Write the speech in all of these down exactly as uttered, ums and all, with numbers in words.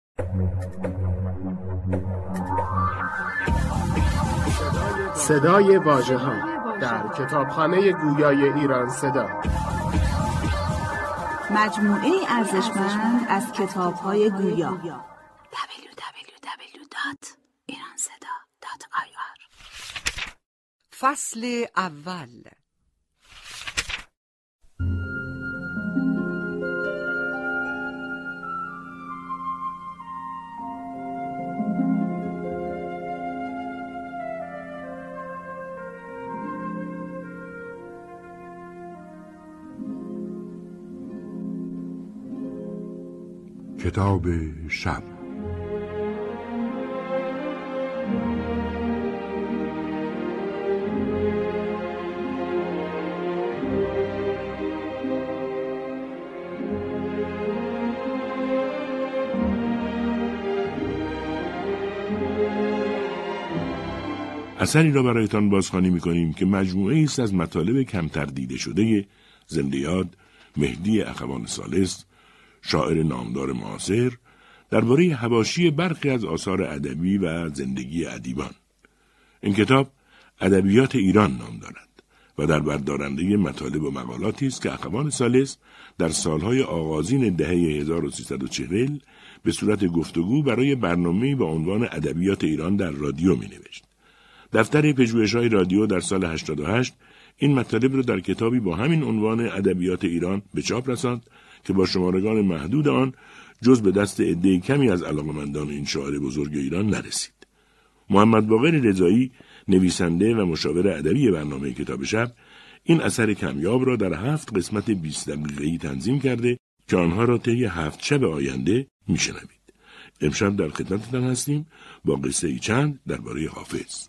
صدای واژه‌ها در کتابخانه گویای ایران صدا، مجموعه ارزشمند از کتاب‌های گویا. دبلیو دبلیو دبلیو دات ایران صدا دات آی آر. فصل اول. کتاب شب. اثری را برایتان بازخوانی می‌کنیم که مجموعه است از مطالب کمتر دیده شده زنده یاد مهدی اخوان ثالث، شاعر نامدار معاصر، درباره حواشی برخی از آثار ادبی و زندگی ادیبان. این کتاب ادبیات ایران نام دارد و در بردارنده مطالب و مقالاتی است که اخوان ثالث در سالهای آغازین دهه هزار و سیصد و چهل به صورت گفتگو برای برنامه‌ای با عنوان ادبیات ایران در رادیو می‌نوشت. دفتر پژوهش‌های رادیو در سال هشتاد و هشت این مطالب را در کتابی با همین عنوان ادبیات ایران به چاپ رساند که با شمارگان محدود آن جز به دست عده کمی از علاقه‌مندان این شاعر بزرگ ایران نرسید. محمد باقر رضایی، نویسنده و مشاور ادبی برنامه کتاب شب، این اثر کمیاب را در هفت قسمت بیست دقیقه‌ای تنظیم کرده که آنها را طی هفت شب آینده میشنوید. امشب در خدمتتان هستیم با قصه ای چند درباره حافظ.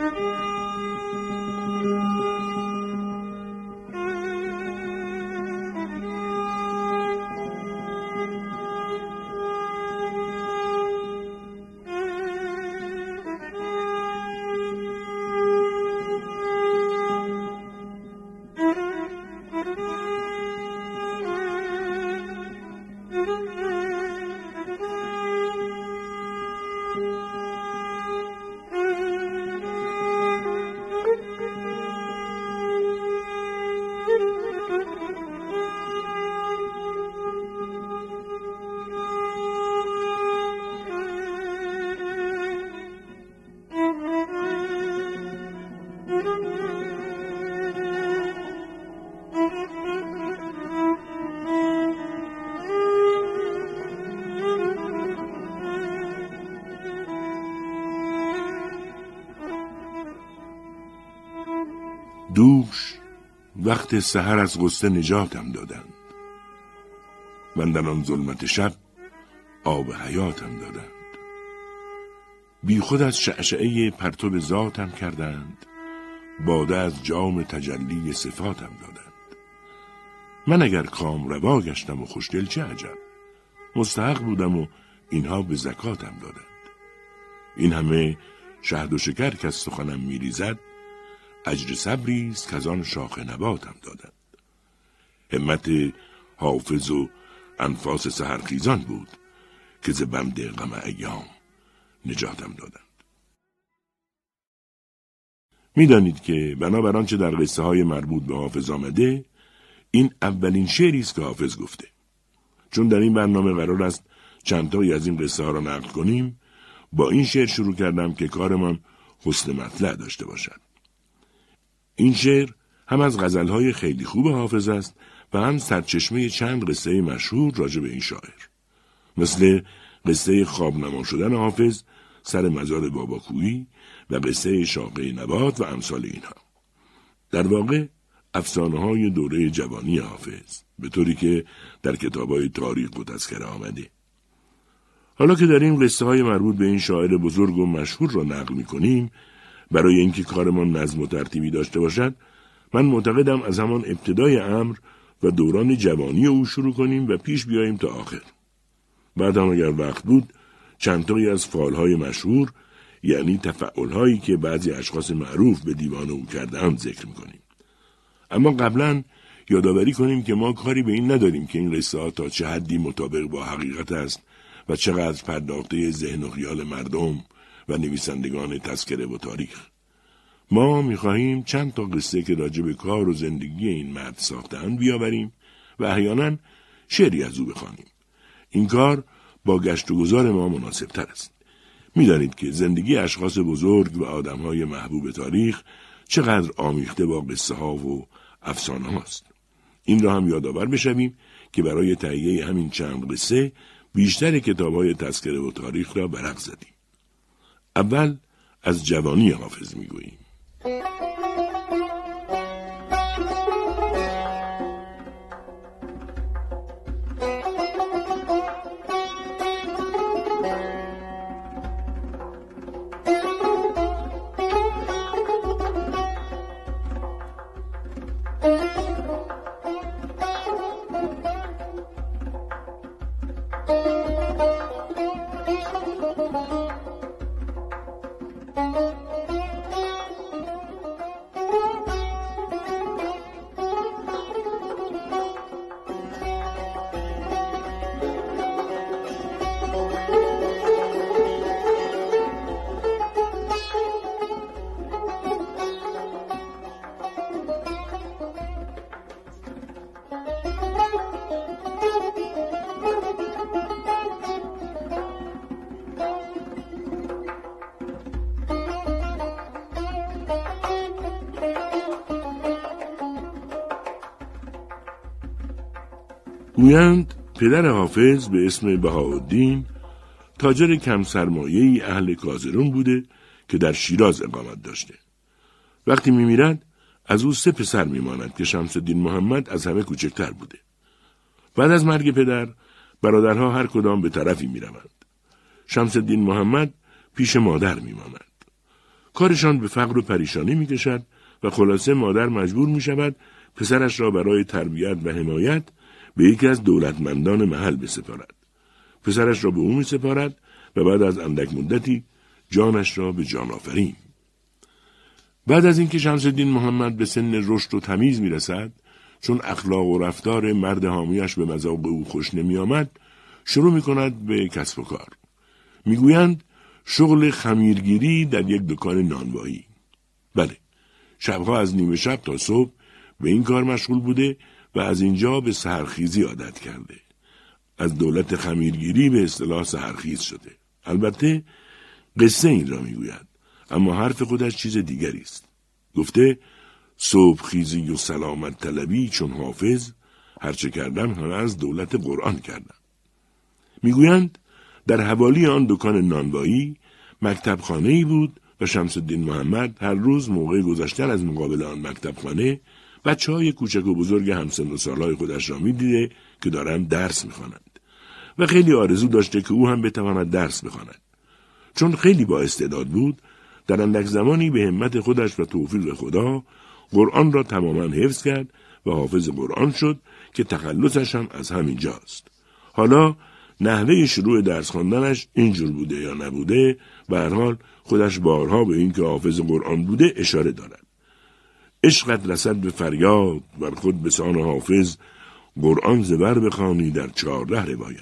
دوش وقت سحر از غصه نجاتم دادند، من در آن ظلمت شب آب حیاتم دادند. بی خود از شعشعه پرتو ذاتم کردند، باده از جام تجلی صفاتم دادند. من اگر کام روا گشتم و خوشدل چه عجب، مستحق بودم و اینها به زکاتم دادند. این همه شهد و شکر که از سخنم میریزد، اجر صبری است که از آن شاخ نباتم دادند. همت حافظ و انفاس سحرخیزان بود که ز بند غم ایام نجاتم دادند. میدانید که بنابر آنچه در قصه های مربوط به حافظ آمده، این اولین شعری است که حافظ گفته. چون در این برنامه قرار است چندتایی از این قصه ها را نقل کنیم، با این شعر شروع کردم که کارمان حسن مطلع داشته باشد. این شعر هم از غزلهای خیلی خوب حافظ است و هم سرچشمه چند قصه مشهور راجع به این شاعر، مثل قصه خواب نما شدن حافظ، سر مزار باباکویی و قصه شاقه نبات و امثال اینها. در واقع افسانه‌های دوره جوانی حافظ، به طوری که در کتاب‌های تاریخ و تذکره آمده. حالا که در این قصه های مربوط به این شاعر بزرگ و مشهور را نقل می‌کنیم، برای اینکه کارمان نظم و ترتیبی داشته باشد، من معتقدم از همان ابتدای امر و دوران جوانی او شروع کنیم و پیش بیاییم تا آخر. بعد هم اگر وقت بود چندتایی از فعالهای مشهور، یعنی تفعل‌هایی که بعضی اشخاص معروف به دیوان او کرده‌اند ذکر می‌کنیم. اما قبلاً یادآوری کنیم که ما کاری به این نداریم که این قصه ها تا چه حدی مطابق با حقیقت است و چقدر پرداخته ذهن و خیال مردم و نویسندگان تذکره و تاریخ. ما می‌خواهیم چند تا قصه که راجع به کار و زندگی این مرد ساخته‌اند بیاوریم و احیانا شعری از او بخوانیم. این کار با گشت و گذار ما مناسب‌تر است. می‌دانید که زندگی اشخاص بزرگ و آدم‌های محبوب تاریخ چقدر آمیخته با قصه‌ها و افسانه‌هاست. این را هم یادآور بشویم که برای تهیه همین چند قصه بیشتر کتاب‌های تذکره و تاریخ را ورق زدیم. اول از جوانی حافظ می‌گوییم. گویند پدر حافظ به اسم بهاءالدین تاجر کم سرمایه‌ای اهل کازرون بوده که در شیراز اقامت داشته. وقتی می‌میرد از او سه پسر می‌ماند که شمس الدین محمد از همه کوچکتر بوده. بعد از مرگ پدر برادرها هر کدام به طرفی می‌روند. شمس الدین محمد پیش مادر می‌ماند. کارشان به فقر و پریشانی می‌کشد و خلاصه مادر مجبور می‌شود پسرش را برای تربیت و حمایت به یکی از دولتمندان محل بسپارد. پسرش را به او می‌سپارد و بعد از اندک مدتی جانش را به جان آفرین. بعد از اینکه شمس الدین محمد به سن رشد و تمیز می‌رسد، چون اخلاق و رفتار مرد حامیش به مذاق او خوش نمی‌آمد، شروع می‌کند به کسب و کار. می‌گویند شغل خمیرگیری در یک دکان نانوایی. بله، شبها از نیمه شب تا صبح به این کار مشغول بوده و از اینجا به سحرخیزی عادت کرده. از دولت خمیرگیری به اصطلاح سحرخیز شده. البته قصه این را میگوید، اما حرف خودش چیز دیگری است. گفته صبح خیزی و سلامت طلبی چون حافظ، هرچه کردم همه از دولت قرآن کردم. میگویند در حوالی آن دکان نانوایی مکتبخانه‌ای بود و شمس الدین محمد هر روز موقع گذشتن از مقابل آن مکتبخانه بچه‌های کوچک و بزرگ همسن و سالای خودش را می‌دیده که دارند درس می‌خوانند و خیلی آرزو داشته که او هم بتواند درس بخواند. چون خیلی با استعداد بود، در اندک زمانی به همت خودش و توفیق خدا قرآن را تماما حفظ کرد و حافظ قرآن شد که تخلصش هم از همین جاست. حالا نحوه شروع درس خواندنش اینجور بوده یا نبوده، به هر حال خودش بارها به این که حافظ قرآن بوده اشاره دارد. عشقت رسد به فریاد بر خود به سان حافظ، قرآن زبر بخوانی در چهارده روایت.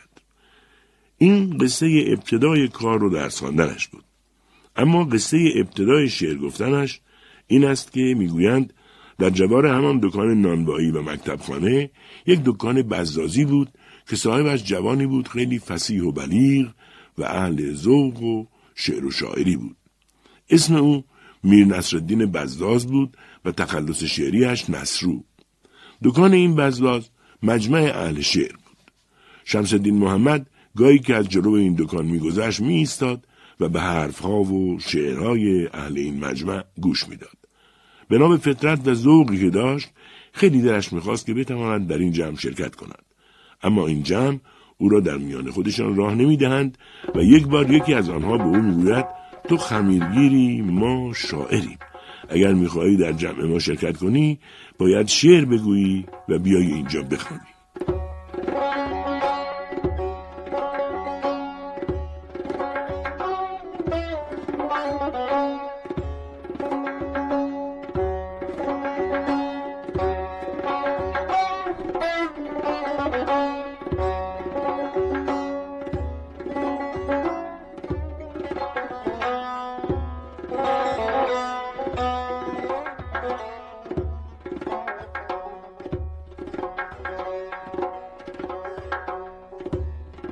این قصه ابتدای کار و درس خواندنش بود. اما قصه ابتدای شعر گفتنش این است که میگویند در جوار همان دکان نانوایی و مکتبخانه یک دکان بزازی بود که صاحبش جوانی بود خیلی فصیح و بلیغ و اهل ذوق و شعر و شاعری بود. اسم او میر نصرالدین بزاز بود و تخلص شعریش نصرو. دکان این بزاز مجمع اهل شعر بود. شمس الدین محمد گاهی که از جلو این دکان میگذشت می ایستاد و به حرفها و شعرهای اهل این مجمع گوش میداد. به نام فطرت و ذوقی که داشت خیلی دلش میخواست که بتواند در این جمع شرکت کند. اما این جمع او را در میان خودشان راه نمیدهند و یک بار یکی از آنها به او میگوید تو خمیرگیری، ما شاعریم. اگر میخواهی در جمع ما شرکت کنی باید شعر بگویی و بیایی اینجا بخوانی.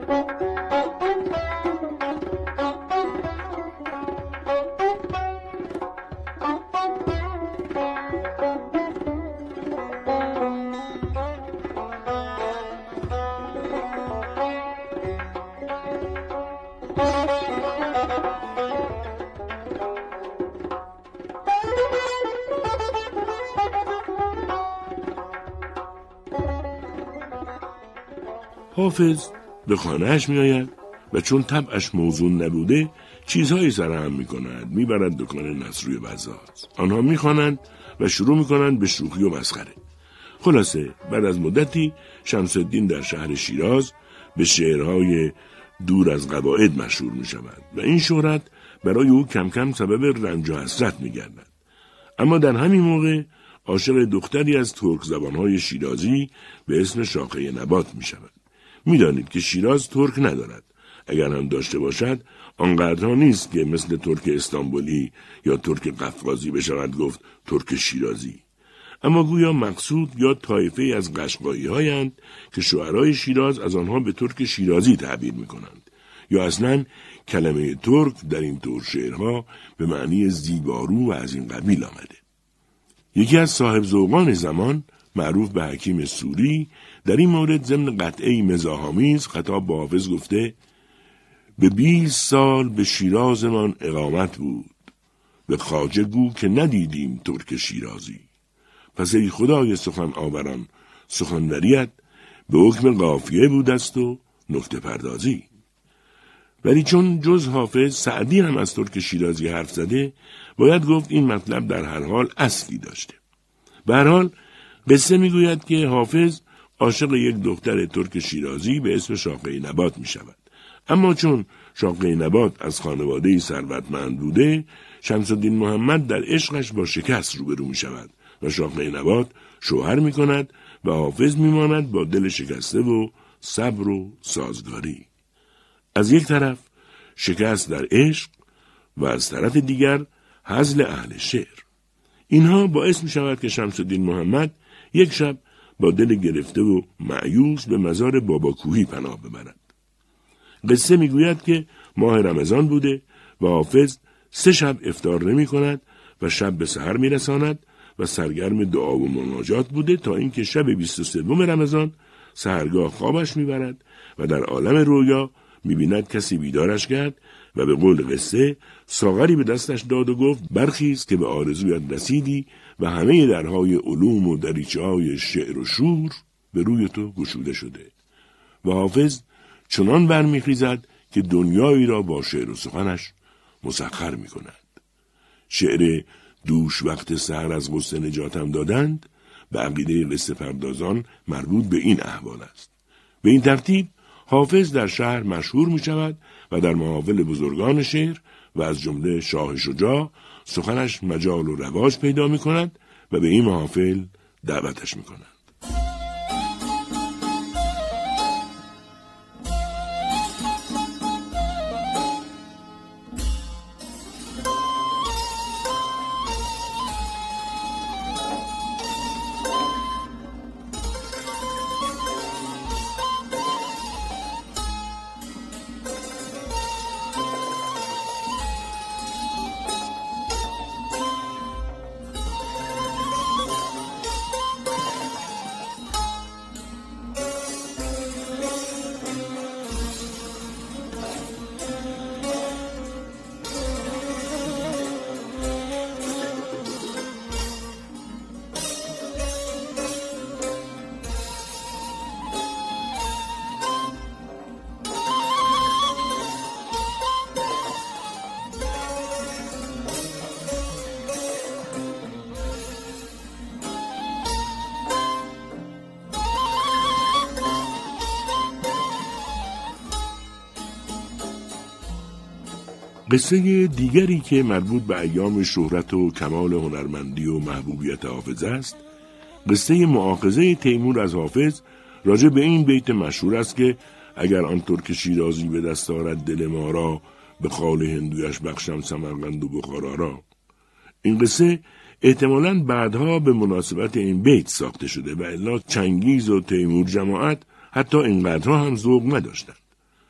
حافظ به خانه‌اش می آید و چون طبعش موزون نبوده چیزهایی سرهم می کند. می برد دکان نصروی بزاز. آنها می خوانند و شروع می کنند به شوخی و مسخره. خلاصه بعد از مدتی شمس الدین در شهر شیراز به شعرهای دور از قواعد مشهور می شود و این شهرت برای او کم کم سبب رنج و حسرت می گردد. اما در همین موقع عاشق دختری از ترک زبانهای شیرازی به اسم شاقه نبات می شود. می دانید که شیراز ترک ندارد. اگر هم داشته باشد آنقدرها نیست که مثل ترک استانبولی یا ترک قفقازی بشود گفت ترک شیرازی. اما گویا مقصود یا طایفه از قشقایی هایند که شعرای شیراز از آنها به ترک شیرازی تعبیر می کنند. یا اصلا کلمه ترک در این طور شعرها به معنی زیبارو و از این قبیل آمده. یکی از صاحب ذوقان زمان معروف به حکیم سوری در این مورد ضمن قطعه‌ای مزاح‌آمیز خطاب به حافظ گفته: به بیست سال به شیرازمان اقامت بود، به خواجه گو که ندیدیم ترک شیرازی. پس ای خدای سخن آوران سخنوریت به حکم قافیه بود است و نکته پردازی. ولی چون جز حافظ سعدی هم از ترک شیرازی حرف زده، باید گفت این مطلب در هر حال اصلی داشته. به هر حال قصه میگوید که حافظ عاشق یک دختر ترک شیرازی به اسم شاقه نبات می شود. اما چون شاقه نبات از خانواده ثروتمند بوده، شمس الدین محمد در عشقش با شکست روبرو می شود و شاقه نبات شوهر می کند و حافظ می ماند با دل شکسته و صبر و سازگاری. از یک طرف شکست در عشق و از طرف دیگر هزل اهل شعر. اینها باعث می شود که شمس الدین محمد یک شب با دل گرفته و مایوس به مزار بابا کوهی پناه ببرد. قصه می گوید که ماه رمضان بوده و حافظ سه شب افطار نمی کند و شب به سحر می رساند و سرگرم دعا و مناجات بوده تا اینکه شب بیست و سوم رمضان سحرگاه خوابش می برد و در عالم رویا می بیند کسی بیدارش کرد و به قول قصه ساغری به دستش داد و گفت برخیز که به آرزویت رسیدی و همه درهای علوم و دریچه‌های شعر و شور به روی تو گشوده شده. و حافظ چنان برمیخیزد که دنیایی را با شعر و سخنش مسخر می کند. شعر دوش وقت سحر از غصه نجاتم دادند به عقیده قصه پردازان مربوط به این احوال است. به این ترتیب حافظ در شهر مشهور می شود و در محافل بزرگان شعر و از جمله شاه شجاع سخنش مجال و رواج پیدا می کند و به این محافل دعوتش می کند. قصه دیگری که مربوط به ایام شهرت و کمال هنرمندی و محبوبیت حافظ است، قصه مؤاخذه تیمور از حافظ راجع به این بیت مشهور است که اگر آن ترک شیرازی به دست آرد دل ما را، به خال هندویش بخشم سمرقند و بخارا را. این قصه احتمالاً بعدها به مناسبت این بیت ساخته شده و الا چنگیز و تیمور جماعت حتی اینقدرها هم ذوق نداشتند.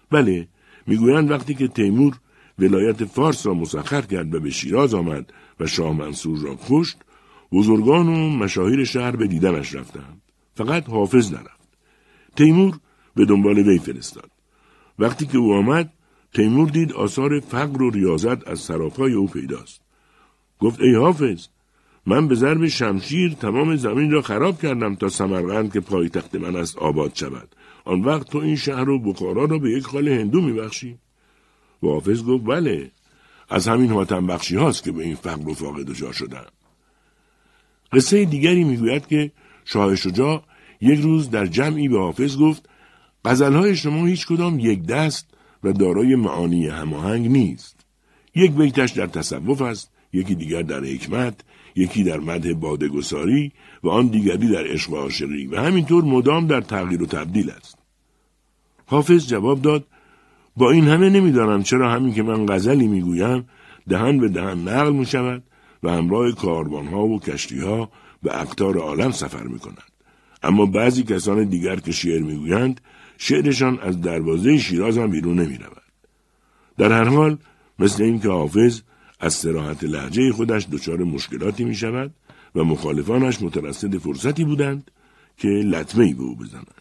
بله، میگویند وقتی که تیمور ولایت فارس را مسخر کرد و به شیراز آمد و شاه منصور را کشت، بزرگان و مشاهیر شهر به دیدنش رفتند. فقط حافظ نرفت. تیمور به دنبال وی فرستاد. وقتی که او آمد، تیمور دید آثار فقر و ریاضت از سراپای او پیداست. گفت ای حافظ، من به ضرب شمشیر تمام زمین را خراب کردم تا سمرقند که پایتخت من است آباد شود. آن وقت تو این شهر و بخارا را به یک خال هندو میبخشی؟ و حافظ گفت بله، از همین حاتم بخشی هاست که به این فقر و فاقه دچار شدم. قصه دیگری میگوید که شاه شجاع یک روز در جمعی به حافظ گفت غزلهای شما هیچ کدام یک دست و دارای معانی هماهنگ نیست. یک بیتش در تصوف است، یکی دیگر در حکمت، یکی در مدح باده‌گساری و آن دیگری در عشق و عاشقی و همینطور مدام در تغییر و تبدیل است. حافظ جواب داد با این همه نمیدانم چرا همین که من غزلی میگویم دهن به دهن نقل می شود و همراه کاروانها و کشتیها به اقطار عالم سفر می کنند. اما بعضی کسان دیگر که شعر میگویند شعرشان از دروازه شیراز هم بیرون نمی رود. در هر حال مثل این که حافظ از صراحت لهجه خودش دچار مشکلاتی می شود و مخالفانش مترصد فرصتی بودند که لطمه‌ای به او بزنند.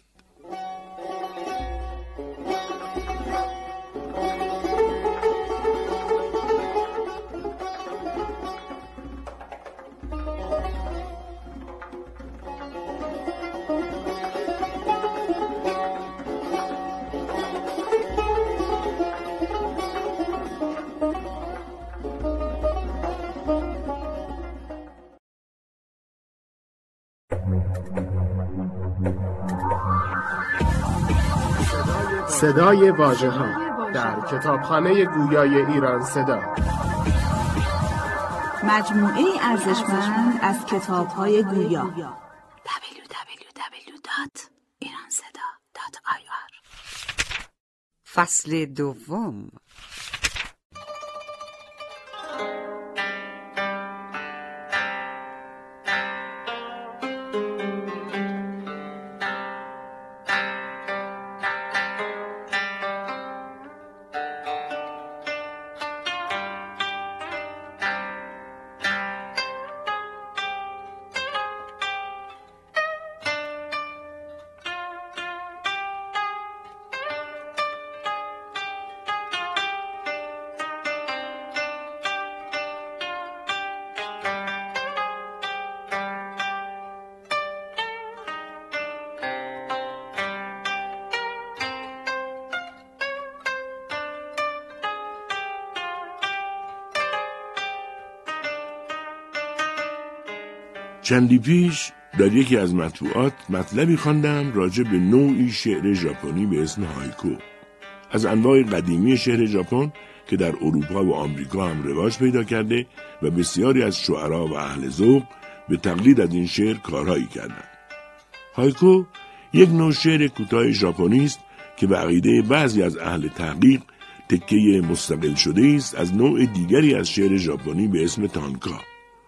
صدای واژه‌ها در کتابخانه گویای ایران صدا، مجموعه ارزشمند از کتاب‌های گویا. دبلیو دبلیو دبلیو دات ایران صدا دات آی آر. فصل دوم. چندی پیش در یکی از مطبوعات مطلبی خواندم راجع به نوعی شعر ژاپنی به اسم هایکو، از انواع قدیمی شعر ژاپن که در اروپا و آمریکا هم رواج پیدا کرده و بسیاری از شعرا و اهل ذوق به تقلید از این شعر کارهایی کردند. هایکو یک نوع شعر کوتاه ژاپنی است که به عقیده بعضی از اهل تحقیق تکه مستقل شده است از نوع دیگری از شعر ژاپنی به اسم تانکا،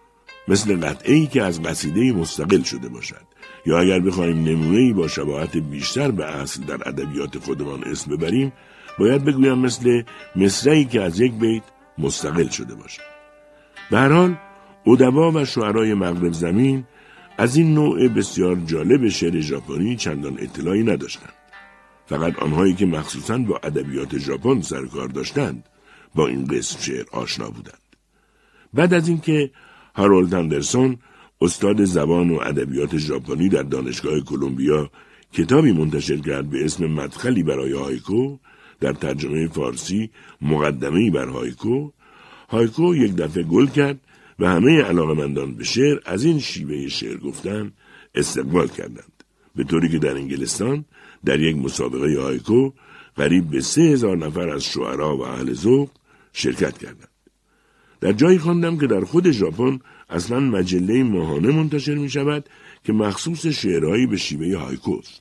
مثل قطعه‌ای که از قصیده مستقل شده باشد، یا اگر بخوایم نمونه‌ای با شباهت بیشتر به اصل در ادبیات خودمان اسم ببریم، باید بگویم مثل مصرعی که از یک بیت مستقل شده باشد. به هر حال ادبا و شعرای مغرب زمین از این نوع بسیار جالب شعر ژاپنی چندان اطلاعی نداشتند. فقط آنهایی که مخصوصاً با ادبیات ژاپن سر کار داشتند با این قسم شعر آشنا بودند. بعد از اینکه هارولد اندرسون استاد زبان و ادبیات ژاپنی در دانشگاه کلمبیا کتابی منتشر کرد به اسم مدخلی برای هایکو، در ترجمه فارسی مقدمه‌ای بر هایکو، هایکو یک دفعه گل کرد و همه علاقه‌مندان به شعر از این شیوه شعر گفتن استقبال کردند، به طوری که در انگلستان در یک مسابقه هایکو قریب به سه هزار نفر از شعرا و اهل ذوق شرکت کردند. در جایی خواندم که در خود ژاپن اصلا مجله ماهانه منتشر می شود که مخصوص شعرهایی به شیوه هایکوست.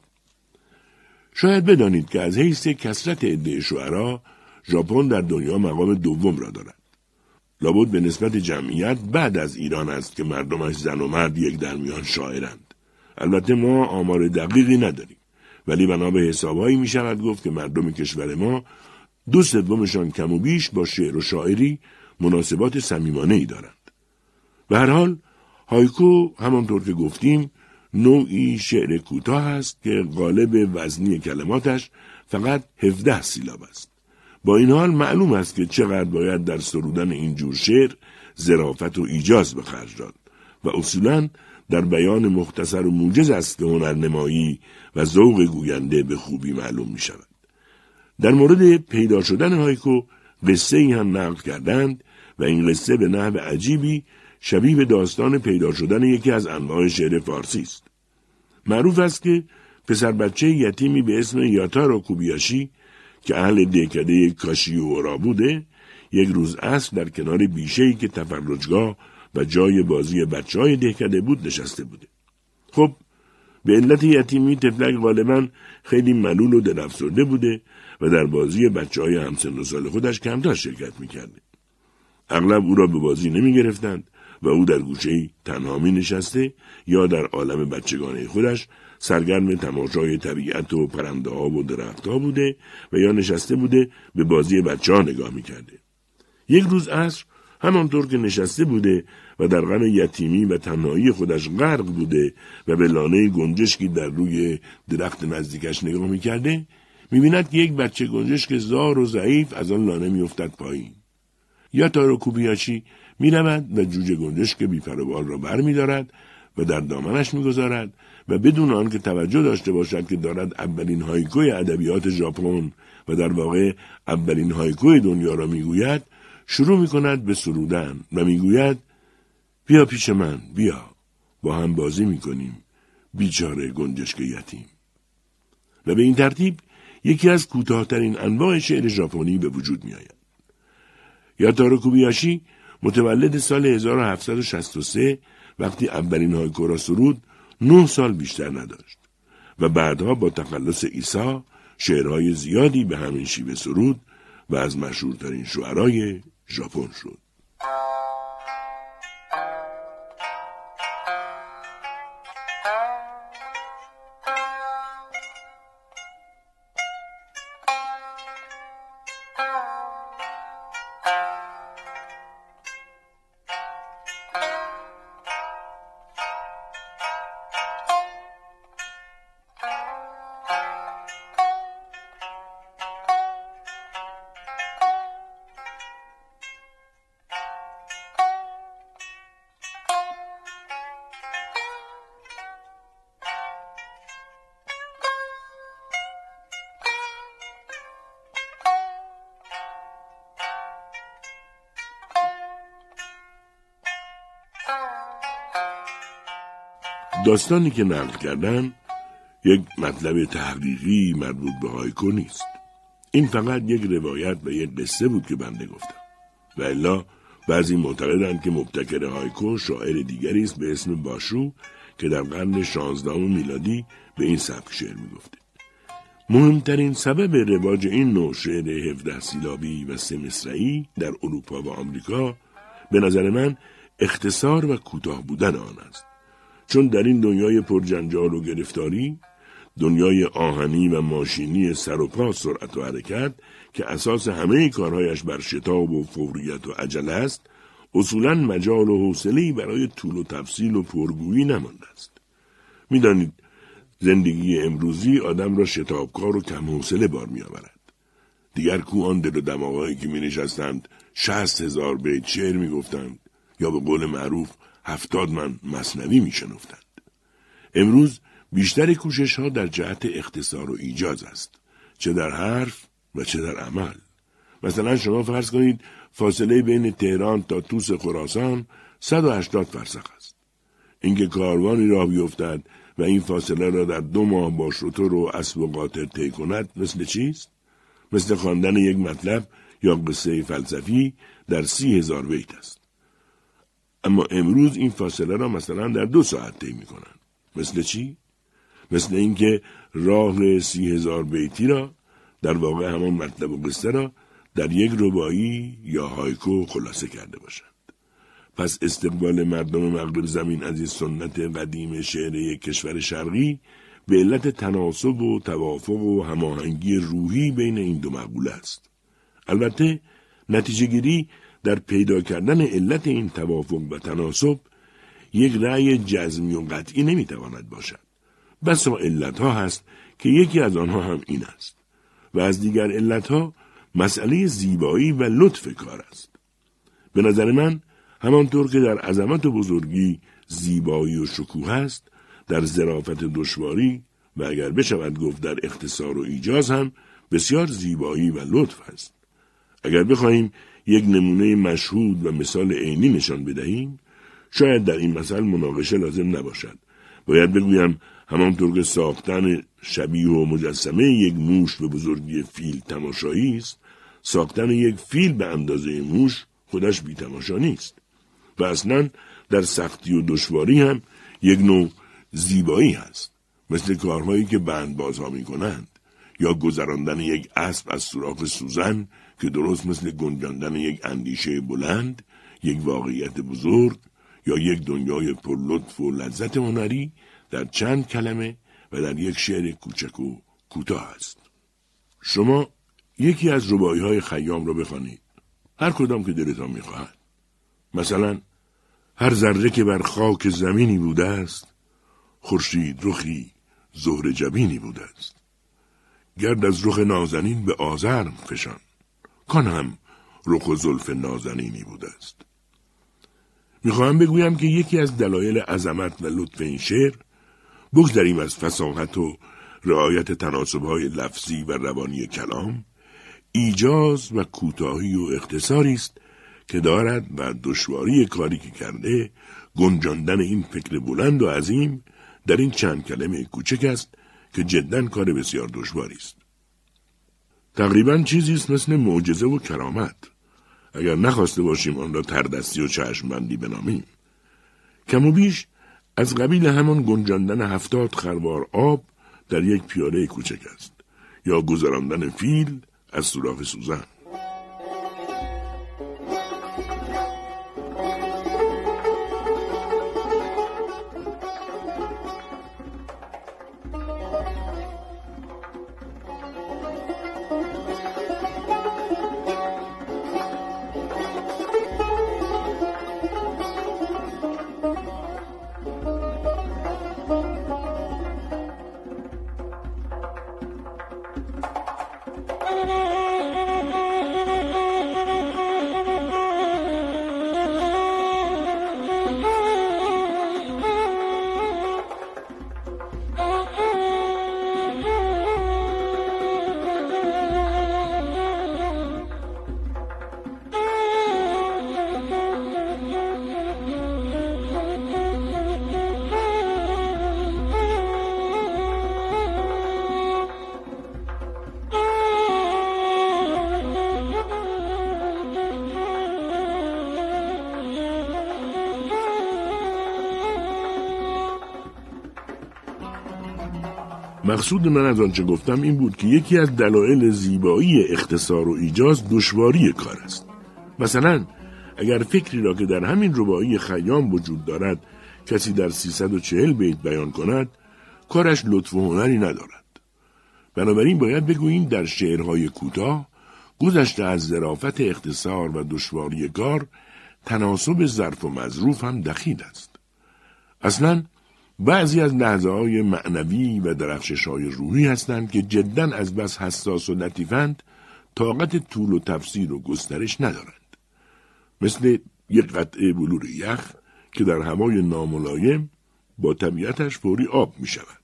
شاید بدانید که از حیث کثرت عده شعرا ژاپن در دنیا مقام دوم را دارد. لابد به نسبت جمعیت بعد از ایران است که مردمش زن و مرد یک در میان شاعرند. البته ما آمار دقیقی نداریم، ولی بنا به حسابهایی می شود گفت که مردم کشور ما دو سومشان کم و بیش با شعر و شاعری مناسبات صمیمانه‌ای دارند. به هر حال هایکو همانطور که گفتیم نوعی شعر کوتاه است که غالب وزنی کلماتش فقط هفده سیلاب است. با این حال معلوم است که چقدر باید در سرودن این جور شعر ظرافت و ایجاز به خرج داد و اصولاً در بیان مختصر و موجز است که هنرنمایی و ذوق گوینده به خوبی معلوم می شود. در مورد پیدا شدن هایکو قصه ای هم نقل کردند و این قصه به نحو عجیبی شبیه به داستان پیدا شدن یکی از انواع شعر فارسی است. معروف است که پسر بچه یتیمی به اسم یاتارو کوبیاشی که اهل دهکده کاشیورا بوده، یک روز عصر در کنار بیشه‌ای که تفرجگاه و جای بازی بچه‌های دهکده بود نشسته بوده. خب به علت یتیمی طفلک غالباً خیلی ملول و دل‌افسرده بوده و در بازی بچه‌های همسن و سال خودش کمتر شرکت می‌کرده. اغلب او را به بازی نمی‌گرفتند و او در گوشه‌ای تنها می‌نشسته یا در عالم بچگانه خودش سرگرم تماشای طبیعت و پرنده‌ها و درخت‌ها بوده و یا نشسته بوده به بازی بچه‌ها نگاه می‌کرده. یک روز عصر همانطور که نشسته بوده و در غم یتیمی و تنهایی خودش غرق بوده و به لانه گنجشکی در روی درخت نزدیکش نگاه می‌کرده، می‌بیند که یک بچه گنجشک زار و ضعیف از آن لانه می‌افتد پایین. یاتارو کوبیاشی می‌رود و جوجه گنجشک بی‌پروبال را برمی‌دارد و در دامنش می‌گذارد و بدون آنکه توجه داشته باشد که دارد اولین هایکوی ادبیات ژاپن و در واقع اولین هایکوی دنیا را می‌گوید، شروع می‌کند به سرودن و می‌گوید بیا پیش من، بیا با هم بازی می‌کنیم بیچاره گنجشک یتیم. و به این ترتیب یکی از کوتاه‌ترین انواع شعر ژاپنی به وجود می‌آید. یاتارو کوبیاشی متولد سال هزار و هفتصد و شصت و سه وقتی اولین هایکو را سرود نه سال بیشتر نداشت و بعدها با تخلص عیسی شعرهای زیادی به همین شیوه سرود و از مشهورترین شعرای ژاپن شد. داستانی که نقل کردن یک مطلب تحقیقی مربوط به هایکو نیست. این فقط یک روایت و یک قصه بود که بنده گفتم. و الا بعضی معتقدند که مبتکر هایکو شاعر دیگری است به اسم باشو که در قرن شانزدهم میلادی به این سبک شعر میگفته. مهمترین سبب رواج این نوع شعر هفده سیلابی و سه مصرعی در اروپا و آمریکا به نظر من اختصار و کوتاه بودن آن است. چون در این دنیای پرجنجال و گرفتاری، دنیای آهنی و ماشینی سر و پا سرعت و حرکت که اساس همه کارهایش بر شتاب و فوریت و عجله است، اصولاً مجال و حوصله‌ای برای طول و تفصیل و پرگویی نمانده است. می‌دانید زندگی امروزی آدم را شتابکار و کم حوصله بار می‌آورد. دیگر کو آن دل و دماغایی که می‌نشستند شصت هزار بیت شعر می‌گفتند یا به قول معروف هفتاد من مثنوی می‌شنفتند. امروز بیشتر کوشش‌ها در جهت اختصار و ایجاز است، چه در حرف و چه در عمل. مثلا شما فرض کنید فاصله بین تهران تا طوس خراسان صد و هشتاد فرسخ است. اینکه کاروانی راه بیفتد و این فاصله را در دو ماه با شتر و اسب و قاطر طی کند مثل چیست؟ مثل خواندن یک مطلب یا قصه فلسفی در سی هزار بیت است. اما امروز این فاصله را مثلا در دو ساعت طی می‌کنند. مثل چی؟ مثل اینکه راه سی هزار بیتی را، در واقع همان مطلب و قصه را، در یک رباعی یا هایکو خلاصه کرده باشند. پس استقبال مردم مغرب زمین از این سنت قدیم شعر یک کشور شرقی به علت تناسب و توافق و هماهنگی روحی بین این دو مقوله است. البته نتیجه گیری در پیدا کردن علت این توافق و تناسب یک رأی جزمی و قطعی نمیتواند باشد. بسا علتها هست که یکی از آنها هم این است و از دیگر علتها مسئله زیبایی و لطف کار است. به نظر من همانطور که در عظمت و بزرگی زیبایی و شکوه است، در ظرافت دشواری و اگر بشود گفت در اختصار و ایجاز هم بسیار زیبایی و لطف است. اگر بخواهیم یک نمونه مشهود و مثال عینی نشان بدهیم، شاید در این مثال مناقشه لازم نباشد. باید بگویم همانطور که ساختن شبیه و مجسمه یک موش به بزرگی فیل تماشایی است، ساختن یک فیل به اندازه موش خودش بی تماشا نیست. و اصلا در سختی و دشواری هم یک نوع زیبایی هست، مثل کارهایی که بندبازها می کنند یا گذراندن یک اسب از سوراخ سوزن که درست مثل گنجاندن یک اندیشه بلند، یک واقعیت بزرگ یا یک دنیای پر لطف و لذت هنری در چند کلمه و در یک شعر کوچک و کوتاه است. شما یکی از رباعی‌های خیام را بخوانید، هر کدام که دلتان می‌خواهد. مثلا هر ذره که بر خاک زمینی بوده است، خورشید رخی زهره جبینی بوده است. گرد از رخ نازنین به آزرم فشان، کان هم رخ و زلف نازنینی بوده است. میخواهم بگویم که یکی از دلایل عظمت و لطف این شعر، بگذریم از فصاحت و رعایت تناسب‌های لفظی و روانی کلام، ایجاز و کوتاهی و اختصاری است که دارد و دشواری کاری که کرده گنجاندن این فکر بلند و عظیم در این چند کلمه کوچک است که جداً کار بسیار دشواری است. تقریباً چیزی است مثل معجزه و کرامت، اگر نخواسته باشیم آن را تردستی و چشمبندی بنامیم. کم و بیش از قبیل همان گنجاندن هفتاد خروار آب در یک پیاله کوچک است یا گذراندن فیل از سوراخ سوزن. مقصود من از آنچه گفتم این بود که یکی از دلایل زیبایی اختصار و ایجاز دشواری کار است. مثلا اگر فکری را که در همین رباعی خیام وجود دارد کسی در سیصد و چهل بیت بیان کند، کارش لطف و هنری ندارد. بنابراین باید بگوییم در شعرهای کوتاه گذشته از ظرافت اختصار و دشواری کار، تناسب ظرف و مظروف هم دخیل است. اصلاً بعضی از لحظه های معنوی و درخشش های روحی هستند که جداً از بس حساس و لطیفند طاقت طول و تفسیر و گسترش ندارند. مثل یک قطعه بلور یخ که در هوای ناملایم با طبیعتش فوری آب می شود.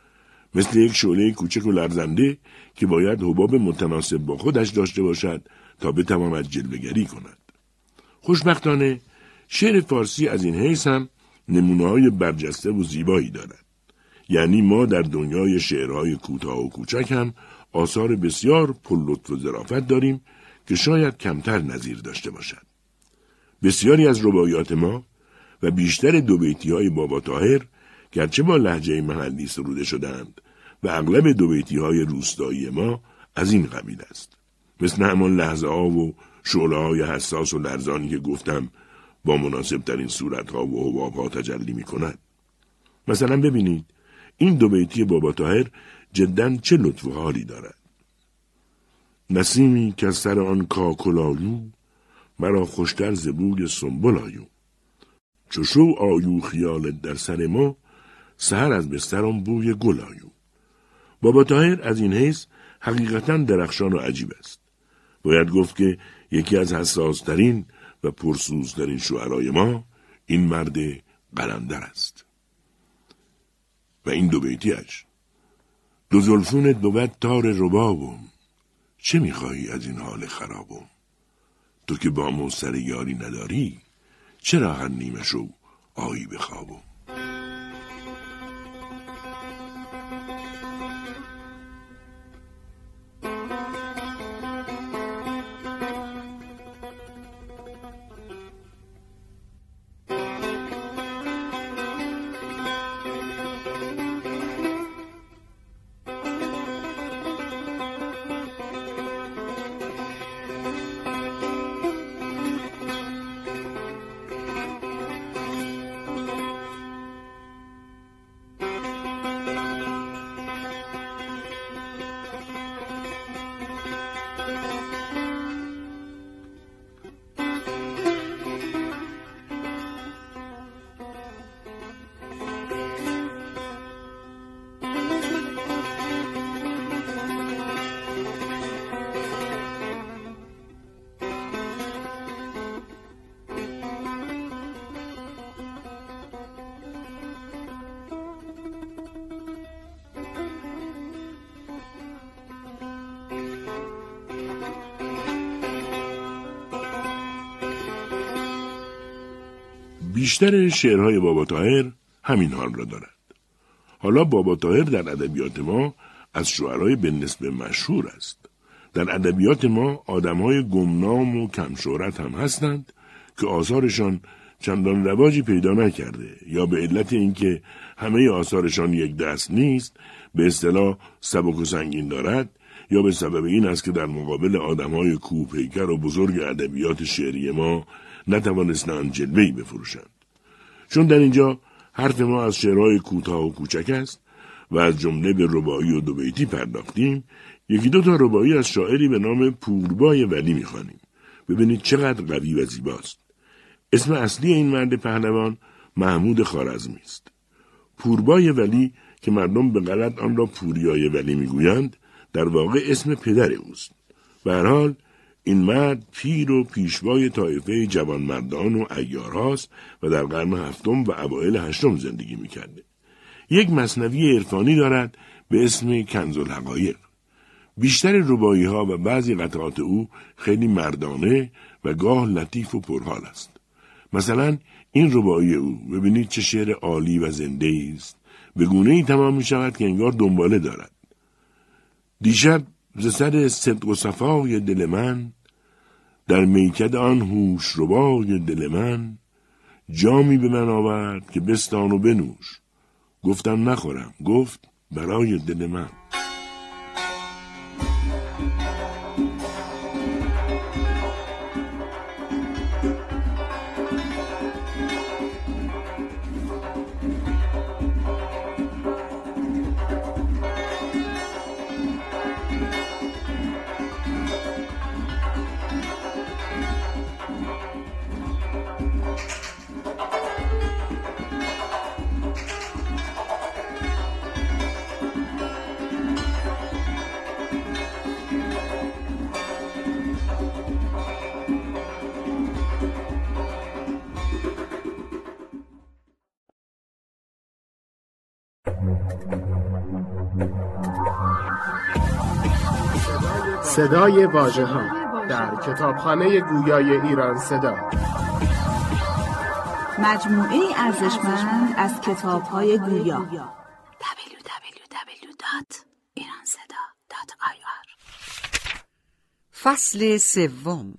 مثل یک شعله کوچک و لرزنده که باید حباب متناسب با خودش داشته باشد تا بتواند جلوه‌گری کند. خوشبختانه شعر فارسی از این حیث هم نمونه‌های برجسته و زیبایی دارد. یعنی ما در دنیای شعرهای کوتاه و کوچک هم آثار بسیار پرلطف و ظرافت داریم که شاید کمتر نظیر داشته باشد. بسیاری از رباعیات ما و بیشتر دوبیتی‌های بابا طاهر گرچه با لهجه محلی سروده شدند و اغلب دوبیتی‌های روستایی ما از این قبیل است. مثل همان لحظه‌ها و شعله‌های حساس و لرزانی که گفتم با مناسب ترین صورتها و حبابها تجلی می کند. مثلا ببینید این دو بیتی بابا طاهر جداً چه لطف و حالی دارد. نسیمی که از سر آن کاکلایو، مرا خوشتر ز بوی سنبل آیو. چو شو آیو خیالت در سر ما، سحر از بسترم بوی گل آیو. بابا طاهر از این حیث حقیقتاً درخشان و عجیب است. باید گفت که یکی از حساسترین و پرسوزترین شعرای ما این مرد قلندر است. و این دو بیتیش: دو زلفونت بود تار ربابم، چه میخواهی از این حال خرابم؟ تو که با مو سر یاری نداری، چرا هر نیمه شو آیی بخوابم؟ بیشتر شعرهای بابا طاهر همین حال را دارد. حالا بابا طاهر در ادبیات ما از شعرهای به نسبه مشهور است. در ادبیات ما آدمهای گمنام و کم شهرت هم هستند که آثارشان چندان رواجی پیدا نکرده، یا به علت اینکه همه آثارشان یک دست نیست، به اصطلاح سبک و سنگین دارد، یا به سبب این است که در مقابل آدمهای کوهپیکر و بزرگ ادبیات شعری ما نتوانستند جلوه‌ای بفروشند. چون در اینجا حرف ما از شعرهای کوتاه و کوچک است و از جمله به رباعی و دو بیتی پرداختیم، یکی دو تا رباعی از شاعری به نام پوربای ولی می‌خوانیم. ببینید چقدر قوی و زیباست. اسم اصلی این مرد پهلوان محمود خوارزمی است. پوربای ولی که مردم به غلط آن را پوریای ولی میگویند، در واقع اسم پدر اوست. به هر حال این مرد پیر و پیشوای طایفه جوانمردان و عیارهاست و در قرن هفتم و اوایل هشتم زندگی میکرده. یک مثنوی عرفانی دارد به اسم کنز الحقایق. بیشتر رباعی ها و بعضی قطعات او خیلی مردانه و گاه لطیف و پرحال است. مثلا این رباعی او، ببینید چه شعر عالی و زنده است. به گونه ای تمام می شود که انگار دنباله دارد. دیشب ز سر صدق و صفای دل من، در میکد آن هوش ربای دل من، جامی به من آورد که بستان و بنوش. گفتم نخورم، گفت برای دل من. صدای واژه‌ها در کتابخانه گویای ایران صدا، مجموعه ارزشمند از کتاب‌های گویا. دبلیو دبلیو دبلیو دات ایران صدا دات آی آر. فصل سوم.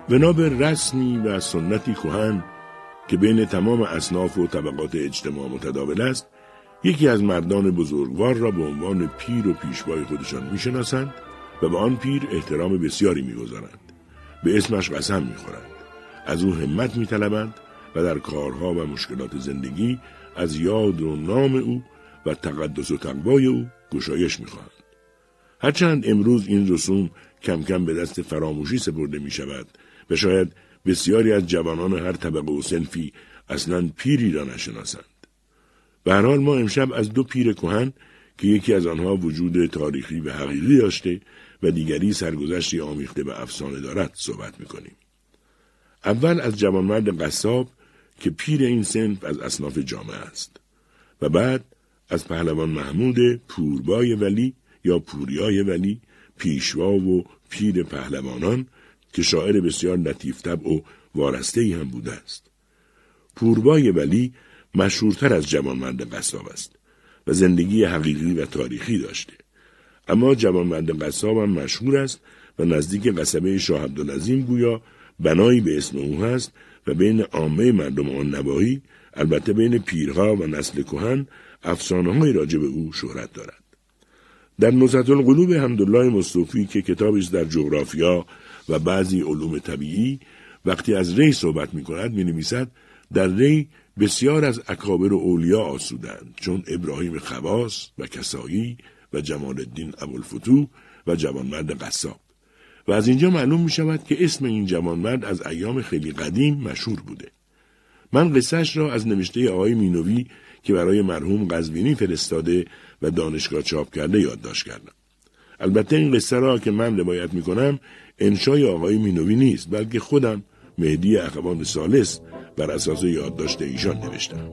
بنا به رسمی و سنتی کهن که بین تمام اصناف و طبقات اجتماع متداول است، یکی از مردان بزرگوار را به عنوان پیر و پیشوای خودشان میشناسند و به آن پیر احترام بسیاری میگذارند. به اسمش قسم میخورند، از او همت میطلبند و در کارها و مشکلات زندگی از یاد و نام او و تقدس و تقوای او گشایش میخواهند. هرچند امروز این رسوم کم کم به دست فراموشی سپرده می شود و شاید بسیاری از جوانان هر طبقه و صنفی اصلاً پیری را نشناسند. به هر حال ما امشب از دو پیر کهن که یکی از آنها وجود تاریخی و حقیقی داشته و دیگری سرگذشتی آمیخته به افسانه دارد صحبت می‌کنیم. اول از جوانمرد قصاب که پیر این صنف از اصناف جامعه است و بعد از پهلوان محمود پوربای ولی یا پوریای ولی، پیشوا و پیر پهلوانان که شاعر بسیار لطیف طبع و وارسته‌ای هم بوده است. پوربای ولی مشهورتر از جوانمرد قصاب است و زندگی حقیقی و تاریخی داشته، اما جوانمرد قصاب هم مشهور است و نزدیک قصبه شاه عبدالعظیم گویا بنایی به اسم او هست و بین عامه مردم آن نواحی، البته بین پیرها و نسل کهن، افسانه‌های راجع به او شهرت دارد. در نزهة القلوب حمدالله مصطفی که کتابی است در جغرافیا و بعضی علوم طبیعی، وقتی از ری صحبت می کند می نویسد در ری بسیار از اکابر و اولیا آسودند، چون ابراهیم خواص و کسایی و جمال الدین ابوالفتوح و جوانمرد قصاب. و از اینجا معلوم می شود که اسم این جوانمرد از ایام خیلی قدیم مشهور بوده. من قصهش را از نوشته آقای مینوی که برای مرحوم قزوینی فرستاده و دانشگاه چاپ کرده یادداشت کردم. البته این قصه را که من روایت می کنم انشای آقای مینوی نیست، بلکه خودم مهدی اخوان ثالث بر اساس یادداشت ایشان نوشتم.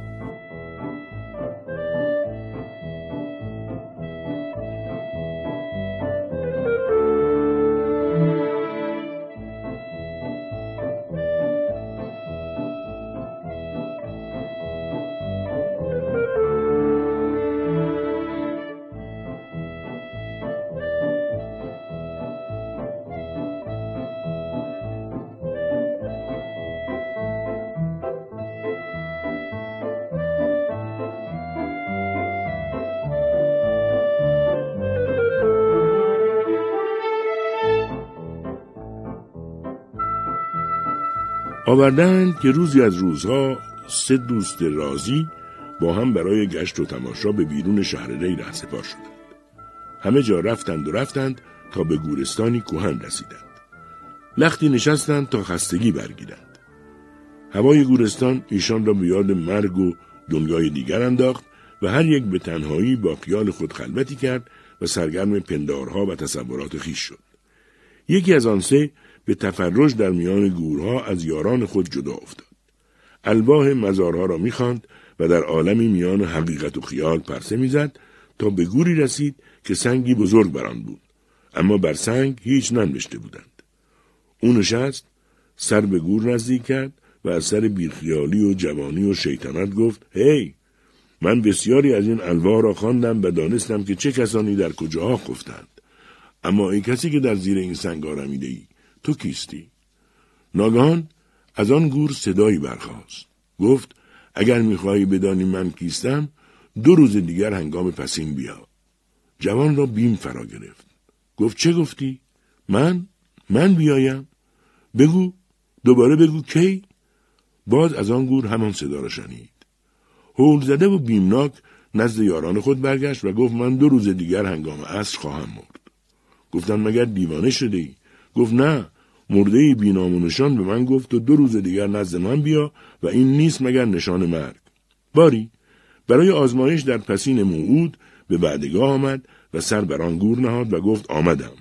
آوردند که روزی از روزها سه دوست رازی با هم برای گشت و تماشا به بیرون شهر ری رهسپار شدند. همه جا رفتند و رفتند تا به گورستانی کهن رسیدند. لختی نشستند تا خستگی برگیرند. هوای گورستان ایشان را به یاد مرگ و دنیای دیگر انداخت و هر یک به تنهایی با خیال خود خلوتی کرد و سرگرم پندارها و تصورات خویش شد. یکی از آن سه به تفرج در میان گورها از یاران خود جدا افتاد. الواح مزارها را می‌خواند و در عالمی میان حقیقت و خیال پرسه می‌زد تا به گوری رسید که سنگی بزرگ بر آن بود، اما بر سنگ هیچ ننوشته بودند. او نشست، سر به گور نزدیک کرد و از سر بیخیالی و جوانی و شیطنت گفت: هی، من بسیاری از این الواح را خواندم و دانستم که چه کسانی در کجاها خفتند، اما ای کسی که در زیر این سنگ آرمیده‌ای، تو کیستی؟ ناگهان از آن گور صدایی برخاست. گفت: اگر میخواهی بدانی من کیستم، دو روز دیگر هنگام پسین بیا. جوان را بیم فرا گرفت. گفت: چه گفتی؟ من؟ من بیایم؟ بگو، دوباره بگو کی؟ باز از آن گور همان صدا را شنید. هول زده و بیمناک نزد یاران خود برگشت و گفت: من دو روز دیگر هنگام عصر خواهم مرد. گفتن: مگر دیوانه شده ای؟ گفت: نه، مرده بی نام و نشان به من گفت و دو روز دیگر نزد من بیا و این نیست مگر نشان مرگ. باری برای آزمایش در پسین موعود به وعدگاه آمد و سر بر آن گور نهاد و گفت: آمدم.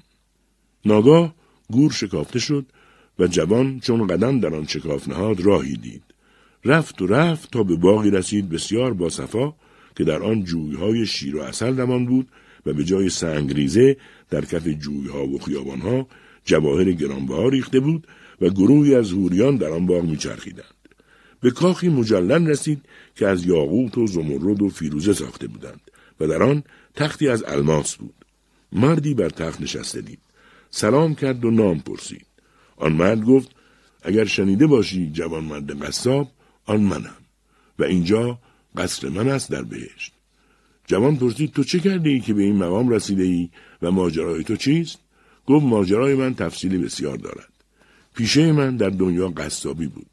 ناگاه گور شکافته شد و جوان چون قدم در آن شکاف نهاد راهی دید. رفت و رفت تا به باغی رسید بسیار باصفا که در آن جویهای شیر و عسل روان بود و به جای سنگریزه در کف جویها و خیابانها جواهر گرانبها ریخته بود و گروهی از حوریان در آن باغ میچرخیدند. به کاخی مجلل رسید که از یاقوت و زمرد و فیروزه ساخته بودند و در آن تختی از الماس بود. مردی بر تخت نشسته دید. سلام کرد و نام پرسید. آن مرد گفت اگر شنیده باشی جوانمرد قصاب، آن منم و اینجا قصر من است در بهشت. جوان پرسید تو چه کرده ای که به این مقام رسیده ای و ماجرای تو چیست؟ گفت ماجرای من تفصیلی بسیار دارد. پیشه من در دنیا قصابی بود.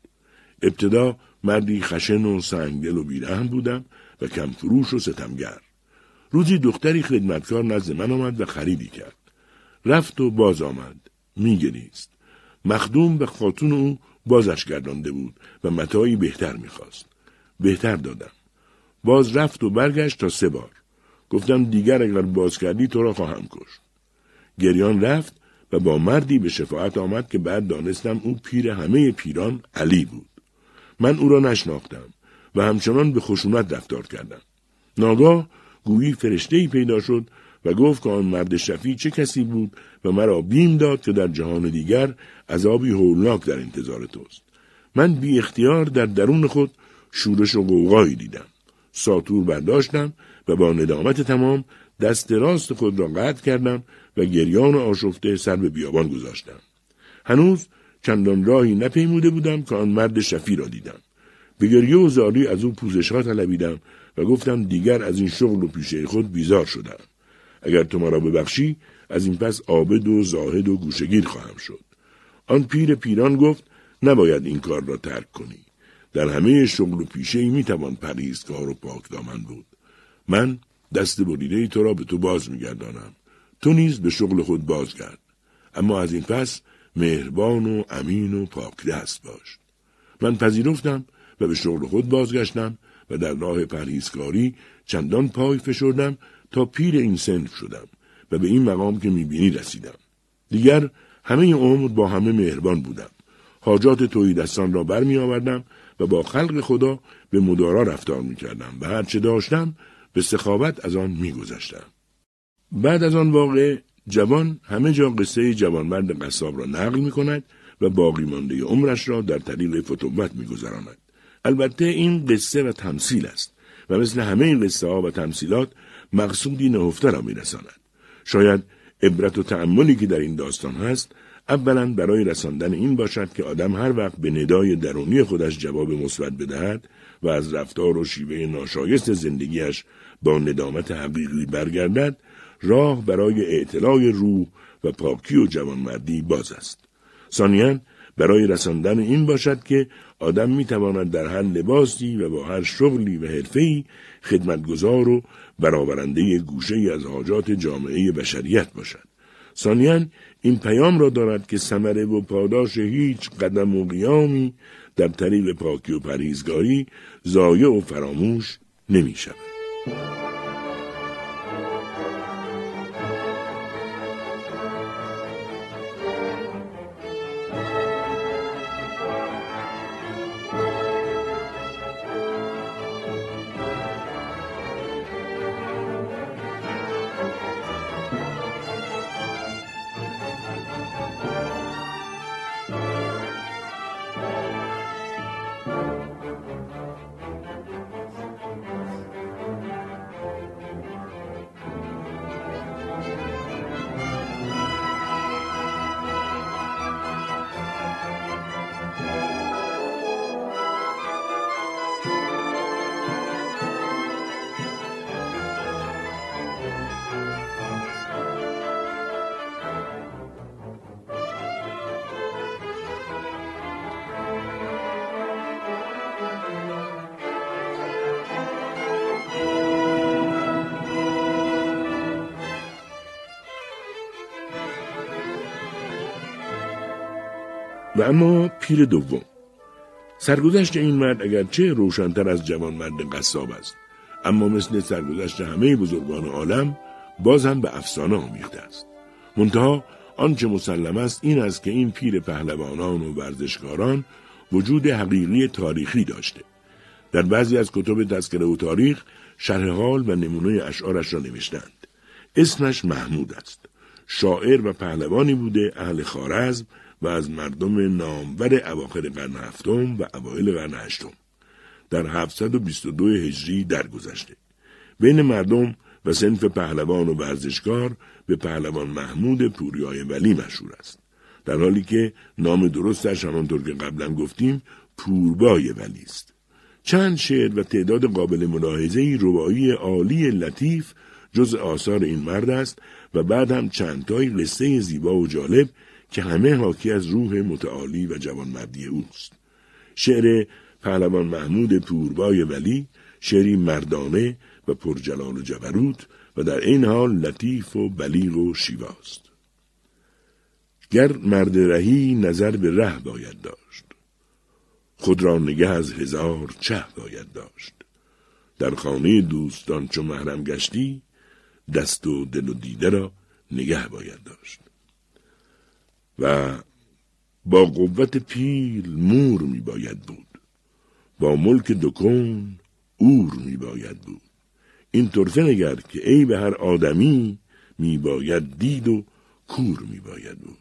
ابتدا مردی خشن و سنگدل و بیرحم بودم و کم فروش و ستمگر. روزی دختری خدمتکار نزد من آمد و خریدی کرد. رفت و باز آمد. میگریست. مخدوم به خاتون او بازش گردانده بود و متاعی بهتر میخواست. بهتر دادم. باز رفت و برگشت تا سه بار. گفتم دیگر اگر باز کردی تو را خواهم کشت. گریان رفت و با مردی به شفاعت آمد که بعد دانستم او پیر همه پیران علی بود. من او را نشناختم و همچنان به خشونت رفتار کردم. ناگاه گویی فرشته‌ای پیدا شد و گفت که آن مرد شفیع چه کسی بود و مرا بیم داد که در جهان دیگر عذابی هولناک در انتظار توست. من بی اختیار در درون خود شورش و غوغایی دیدم. ساطور برداشتم و با ندامت تمام دست راست خود را قطع کردم و گریان و آشفته سر به بیابان گذاشتم. هنوز چندان راهی نپیموده بودم که آن مرد شفیع را دیدم. به گریه و زاری از او پوزش‌ها طلبیدم و گفتم دیگر از این شغل و پیشه خود بیزار شدم. اگر تو مرا ببخشی از این پس عابد و زاهد و گوشگیر خواهم شد. آن پیر پیران گفت نباید این کار را ترک کنی. در همه شغل و پیشه‌ای میتوان پرهیزکار و پاک دامن بود. من دست بریده تو را به تو باز میگردانم. تو نیز به شغل خود بازگرد. اما از این پس مهربان و امین و پاک دست باش. من پذیرفتم و به شغل خود بازگشتم و در راه پرهیزکاری چندان پای فشردم تا پیر این صنف شدم و به این مقام که میبینی رسیدم. دیگر همه عمر با همه مهربان بودم. حاجات تهیدستان را برمی آوردم و با خلق خدا به مدارا رفتار می کردم و هرچه داشتم به سخاوت از آن می گذشتم. بعد از آن واقع جوان همه جا قصه جوانمرد قصاب را نقل می کند و باقی مانده عمرش را در طریق فتوت می گذراند. البته این قصه و تمثیل است و مثل همه این قصه ها و تمثیلات مقصودی نهفته را می رساند. شاید عبرت و تأملی که در این داستان هست اولا برای رساندن این باشد که آدم هر وقت به ندای درونی خودش جواب مثبت بدهد و از رفتار و شیوه ناشایست زندگیش با ندامت حقیقی برگردد، راه برای اعتلاع روح و پاکی و جوانمردی باز است. ثانیاً برای رساندن این باشد که آدم میتواند در هر لباسی و با هر شغلی و حرفه‌ای خدمتگزار و برآورنده گوشه‌ای از حاجات جامعه بشریت باشد. ثانیاً این پیام را دارد که ثمره و پاداش هیچ قدم و قیامی در طریق پاکی و پرهیزگاری ضایع و فراموش نمی شود. و اما پیر دوم. سرگذشت این مرد اگرچه روشن‌تر از جوانمرد قصاب است، اما مثل سرگذشت همه بزرگان عالم باز هم به افسانه آمیخته است. منتها آنچه مسلم است این است که این پیر پهلوانان و ورزشکاران وجود حقیقی تاریخی داشته. در بعضی از کتب تذکره و تاریخ شرح حال و نمونه اشعارش را نوشتند. اسمش محمود است. شاعر و پهلوانی بوده اهل خوارزم و از مردم نامور اواخر قرن هفتم و اوایل قرن هشتم در هفتصد و بیست و دو هجری درگذشته. بین مردم و صنف پهلوان و ورزشکار به پهلوان محمود پوریای ولی مشهور است. در حالی که نام درستش همانطور که قبلا گفتیم پوربای ولی است. چند شعر و تعداد قابل ملاحظه‌ای رباعی عالی لطیف جز آثار این مرد است و بعد هم چند تای قصه زیبا و جالب که همه حاکی از روح متعالی و جوانمردی اوست. شعر پهلوان محمود پوربای ولی شعری مردانه و پرجلال و جبروت و در این حال لطیف و بلیغ و شیواست. گر مرد رهی نظر به ره باید داشت، خود را نگه از هزار چه باید داشت. در خانه دوستان چو محرم گشتی، دست و دل و دیده را نگه باید داشت. و با قوت پیل مور می باید بود، با ملک دکون اور می باید بود. این طرفه نگر که ای به هر آدمی می باید دید و کور می باید بود.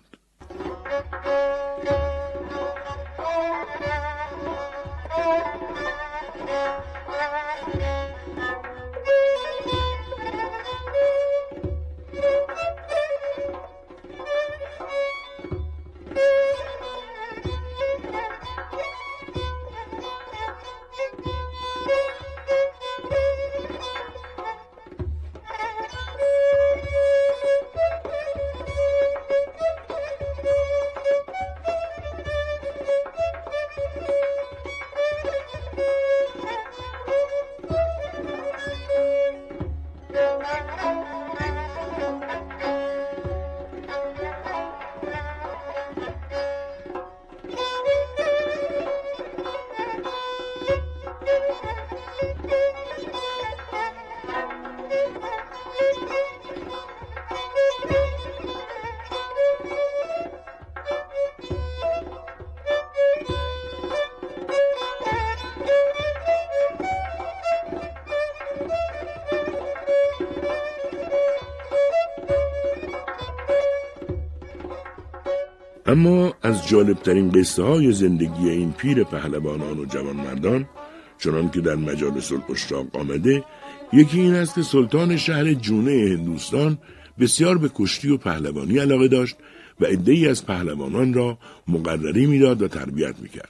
اما از جالبترین قصه های زندگی این پیر پهلوانان و جوانمردان چنان که در مجالس الاشراق آمده، یکی این است که سلطان شهر جونه هندوستان بسیار به کشتی و پهلوانی علاقه داشت و عده‌ای از پهلوانان را مقرری میداد و تربیت میکرد.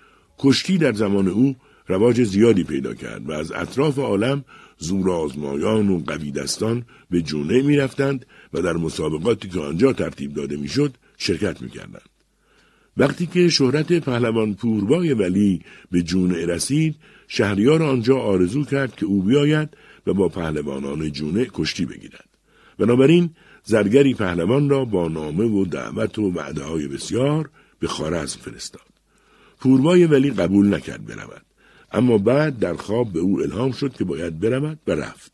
کشتی در زمان او رواج زیادی پیدا کرد و از اطراف عالم زورآزمایان و قوی دستان به جونه میرفتند و در مسابقاتی که آنجا ترتیب داده میشد شرکت میکردند. وقتی که شهرت پهلوان پوربای ولی به جونه رسید، شهریار آنجا آرزو کرد که او بیاید و با پهلوانان جونه کشتی بگیرد. بنابراین زرگری پهلوان را با نامه و دعوت و وعده‌های بسیار به خوارزم فرستاد. پوربای ولی قبول نکرد برود، اما بعد در خواب به او الهام شد که باید برود و رفت.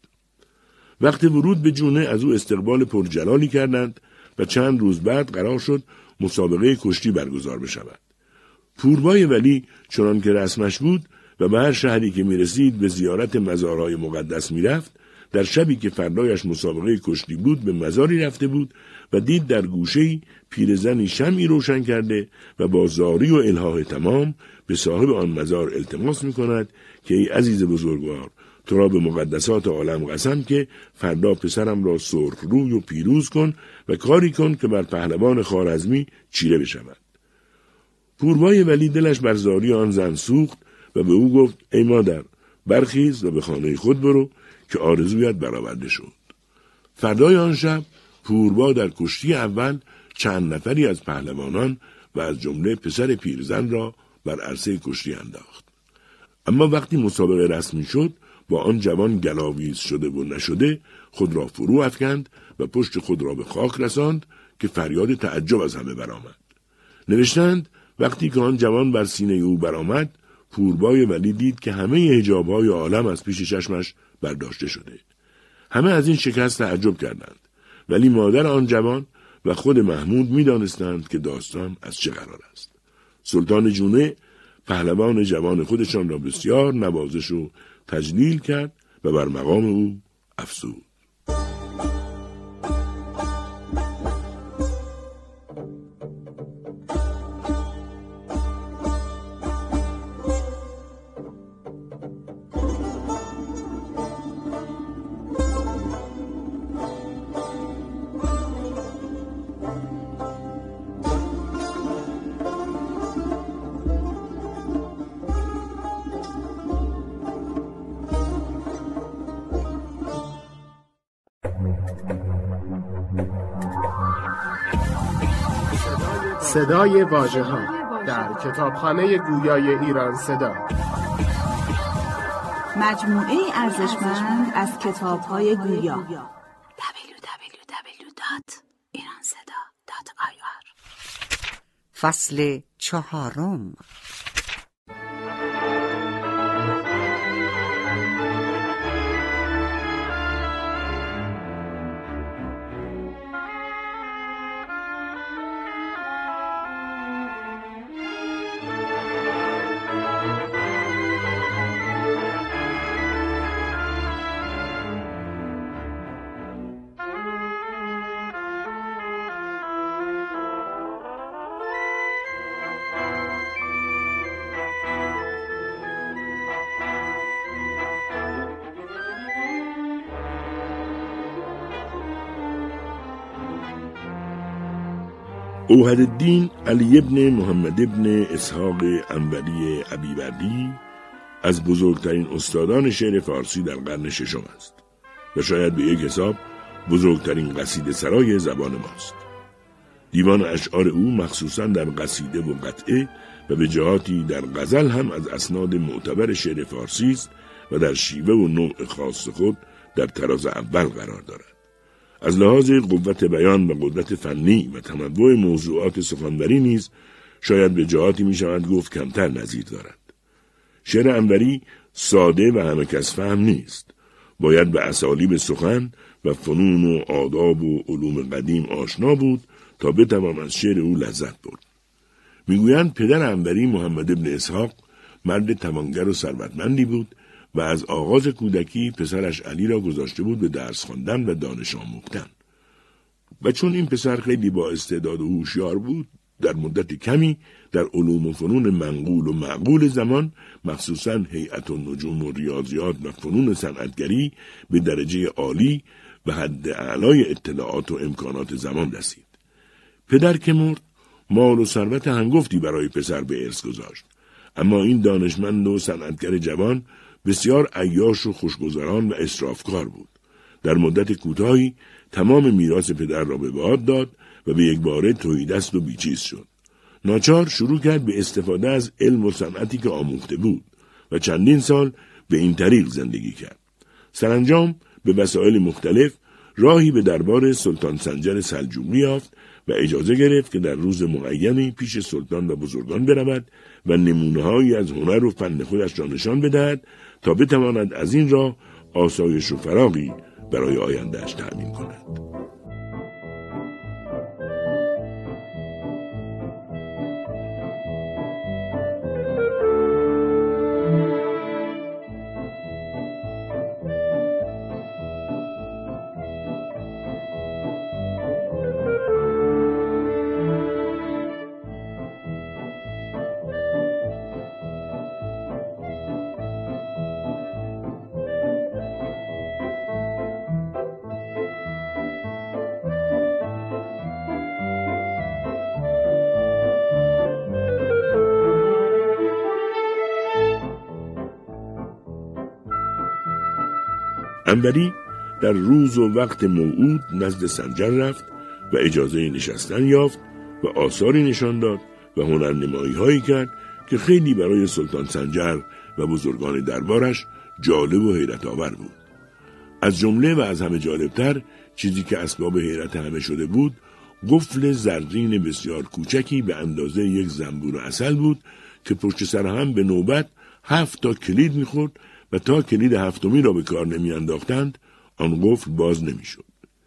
وقت ورود به جونه از او استقبال پرجلالی کردند و چند روز بعد قرار شد مسابقه کشتی برگزار بشود. پوربای ولی چنان که رسمش بود و به هر شهری که می رسید به زیارت مزارهای مقدس می رفت، در شبی که فردایش مسابقه کشتی بود به مزاری رفته بود و دید در گوشه‌ای پیرزنی شمعی روشن کرده و با زاری و الحاح تمام به صاحب آن مزار التماس می کند که ای عزیز بزرگوار، تو را به مقدسات عالم قسم که فردا پسرم را سرخ روی و پیروز کن و کاری کن که بر پهلوان خوارزمی چیره بشود. پوربای ولی دلش بر زاری آن زن سوخت و به او گفت ای مادر، برخیز و به خانه خود برو که آرزویت برآورده شد. فردای آن شب پوربا در کشتی اول چند نفری از پهلوانان و از جمله پسر پیرزن را بر عرصه کشتی انداخت. اما وقتی مسابقه رسمی شد، با آن جوان گلاویز شده و نشده خود را فرو افکند و پشت خود را به خاک رساند که فریاد تعجب از همه برآمد. نوشتند وقتی که آن جوان بر سینه او برآمد، پوربای ولی دید که همه حجاب‌های عالم از پیش چشمش برداشته شده. همه از این شکست تعجب کردند، ولی مادر آن جوان و خود محمود می دانستند که داستان از چه قرار است. سلطان جونه پهلوان جوان خودشان را بسیار نوازش و تجلیل کرد و بر مقام او افزود. صدای واژه ها در کتابخانه گویای ایران صدا. مجموعه ارزشمند از کتاب‌های گویا. دبلیو دبلیو دبلیو دات ایران صدا دات آی آر. فصل چهارم. اوحدالدین علی ابن محمد ابن اسحاق انوری ابیوردی از بزرگترین استادان شعر فارسی در قرن ششم است و شاید به یک حساب بزرگترین قصیده سرای زبان ماست. دیوان اشعار او مخصوصاً در قصیده و قطعه و به جهاتی در غزل هم از اسناد معتبر شعر فارسی است و در شیوه و نوع خاص خود در طراز اول قرار دارد. از لحاظ قوت بیان و قدرت فنی و تنوع موضوعات سخنوری نیز شاید به جهاتی می شود گفت کمتر نظیر دارد. شعر انوری ساده و همه کس فهم نیست. باید به اسالیب سخن و فنون و آداب و علوم قدیم آشنا بود تا بتوان از شعر او لذت برد. میگویند پدر انوری محمد ابن اسحاق مرد توانگر و ثروتمندی بود و از آغاز کودکی پسرش علی را گذاشته بود به درس خواندن و دانش آموختن. و چون این پسر خیلی با استعداد و هوشیار بود، در مدت کمی در علوم و فنون منقول و معقول زمان، مخصوصاً هیئت النجوم و ریاضیات و فنون صنعتگری، به درجه عالی و حد اعلای اطلاعات و امکانات زمان رسید. پدر که مرد، مال و ثروت هنگفتی برای پسر به ارث گذاشت، اما این دانشمند و صنعتگر جوان بسیار عیاش و خوشگذران و اسرافکار بود. در مدت کوتاهی تمام میراث پدر را به باد داد و به یک باره تهیدست و بیچیز شد. ناچار شروع کرد به استفاده از علم و صنعتی که آموخته بود و چندین سال به این طریق زندگی کرد. سرانجام به وسایل مختلف راهی به دربار سلطان سنجر سلجوقی یافت و اجازه گرفت که در روز معینی پیش سلطان و بزرگان برود و نمونه‌هایی از هنر و فن خودش را نشان بدهد تا بتواند از این راه آسایش و فراغی برای آینده‌اش تأمین کند. انوری در روز و وقت موعود نزد سنجر رفت و اجازه نشستن یافت و آثاری نشان داد و هنرنمایی هایی کرد که خیلی برای سلطان سنجر و بزرگان دربارش جالب و حیرت آور بود. از جمله و از همه جالبتر چیزی که اسباب حیرت همه شده بود، قفل زرین بسیار کوچکی به اندازه یک زنبور عسل بود که پشت سر هم به نوبت هفت تا کلید میخورد و تا کلید هفتمی را به کار نمی انداختند، آن قفل باز نمی شد.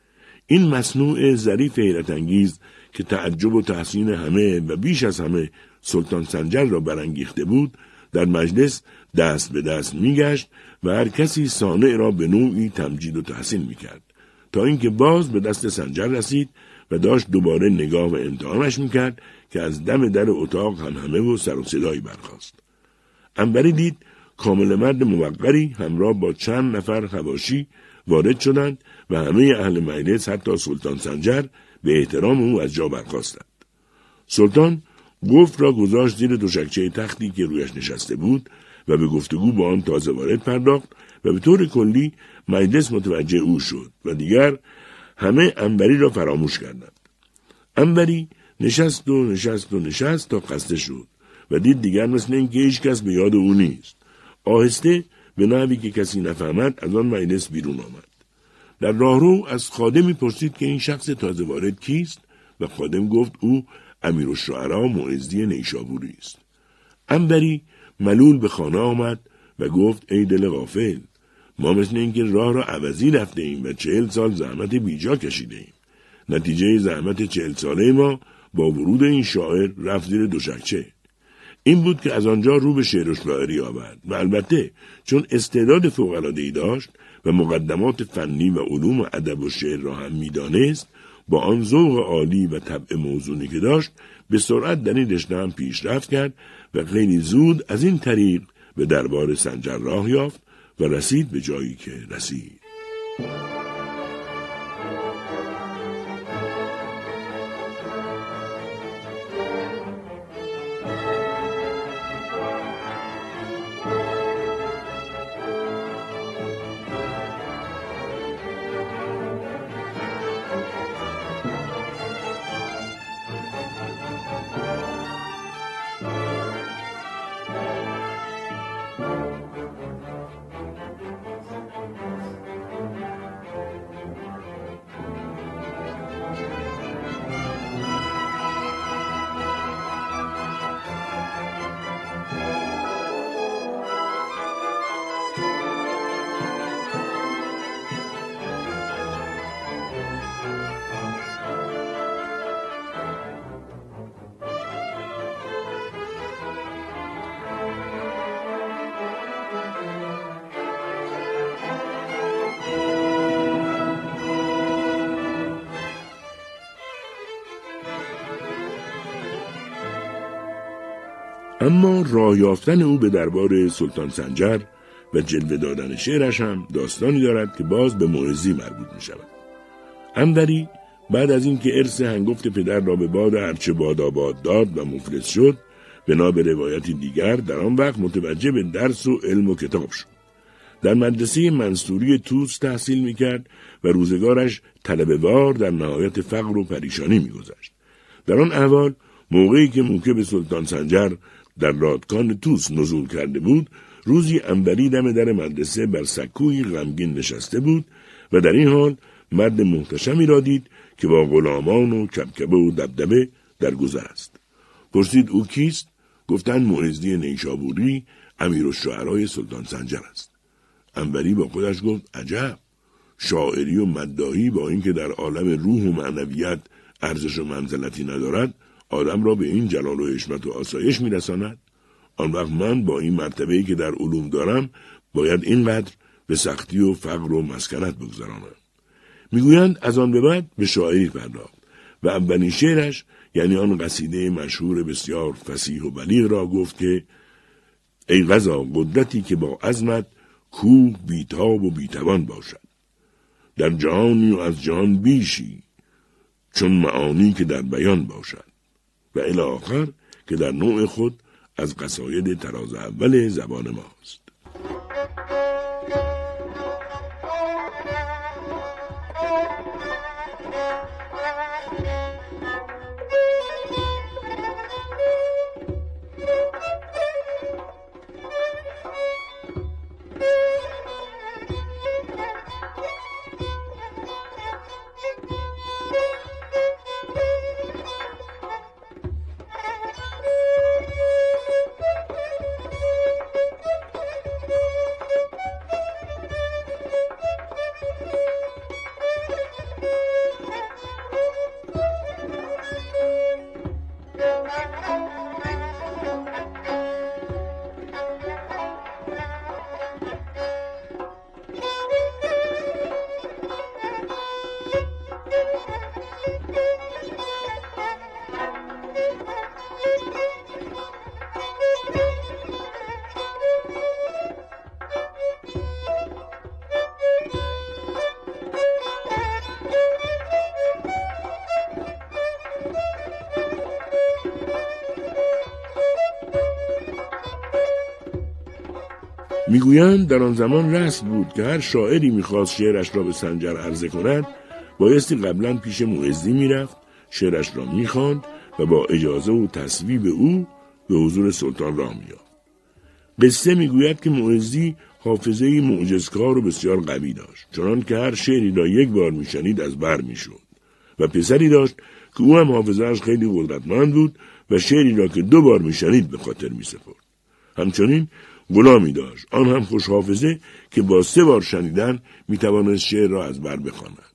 این مصنوع ظریف حیرت انگیز که تعجب و تحسین همه و بیش از همه سلطان سنجر را برانگیخته بود، در مجلس دست به دست می گشت و هر کسی صانع را به نوعی تمجید و تحسین می کرد، تا اینکه باز به دست سنجر رسید و داشت دوباره نگاه و امتحانش می کرد که از دم در اتاق هم همه و سر و صدایی برخاست. انوری دید کامل مرد موقری همراه با چند نفر حواشی وارد شدند و همه اهل مجلس حتی سلطان سنجر به احترام او از جا برخاستند. سلطان قفل را گذاشت زیر دوشکچه تختی که رویش نشسته بود و به گفتگو با آن تازه وارد پرداخت و به طور کلی مجلس متوجه او شد و دیگر همه انوری را فراموش کردند. انوری نشست و نشست و نشست تا خسته شد و دید دیگر مثل این که هیچ کس به یاد او نیست. آهسته به نحوی که کسی نفهمد از آن مجلس بیرون آمد. در راهرو از خادمی پرسید که این شخص تازه وارد کیست و خادم گفت او امیرالشعراء معزی نیشابوری است. عنبری ملول به خانه آمد و گفت ای دل غافل، ما مثل اینکه راه را عوضی رفته ایم و چهل سال زحمت بیجا کشیده ایم. نتیجه زحمت چهل ساله ما با ورود این شاعر رفت زیر دوشکچه. این بود که از آنجا رو به شعر و شاعری آورد و البته چون استعداد فوق‌العاده‌ای داشت و مقدمات فنی و علوم ادب و شعر را هم می‌دانست، با آن ذوق عالی و طبع موزونی که داشت به سرعت در این رشته هم پیشرفت کرد و خیلی زود از این طریق به دربار سنجر راه یافت و رسید به جایی که رسید. اما راه یافتن او به دربار سلطان سنجر و جلوه دادن شعرش هم داستانی دارد که باز به معزی مربوط می شود. عنبری بعد از اینکه ارث هنگفت پدر را به باد هرچه باداباد داد و مفلس شد، بنا به روایتی دیگر در آن وقت متوجه به درس و علم و کتاب شد. در مدرسه منصوری طوس تحصیل می کرد و روزگارش طلبه‌وار در نهایت فقر و پریشانی می گذشت. در آن احوال موقعی که موکب سلطان سنجر در رادکان طوس نزول کرده بود، روزی عنبری دم در مدرسه بر سکوی غمگین نشسته بود و در این حال مرد محتشمی را دید که با غلامان و کبکبه و دبدبه در گذر است. پرسید او کیست؟ گفتند معزی نیشابوری امیرالشعراء سلطان سنجر است. عنبری با خودش گفت عجب، شاعری و مداحی با اینکه در عالم روح و معنویت ارزش و منزلتی ندارد، آدم را به این جلال و حشمت و آسایش میرساند. آن وقت من با این مرتبه‌ای که در علوم دارم باید اینقدر به سختی و فقر و مسکنت بگذرانم. میگویند از آن به بعد به شاعری پرداخت و اولین شعرش یعنی آن قصیده مشهور بسیار فصیح و بلیغ را گفت که ای قضا قدرتی که با عظمت کوه بیتاب و بیتوان باشد، در جهانی و از جهان بیشی چون معانی که در بیان باشد و الی آخر که در نوع خود از قصاید تراز اول زبان ماست. میگویند در آن زمان رسم بود که هر شاعری میخواست شعرش را به سنجر عرضه کند بایستی قبلا پیش معزی میرفت، شعرش را میخواند و با اجازه و تصویب او به حضور سلطان راه می‌یافت. قصه میگوید که معزی حافظه معجزکار و بسیار قوی داشت، چنان که هر شعری را یک بار میشنید از بر میشد و پسری داشت که او هم حافظه‌اش خیلی قدرتمند بود و شعری را که دو بار میشنید به خاطر میسپرد. همچنین غلامی داشت، آن هم خوش حافظه که با سه بار شنیدن میتوانست شعر را از بر بخواند.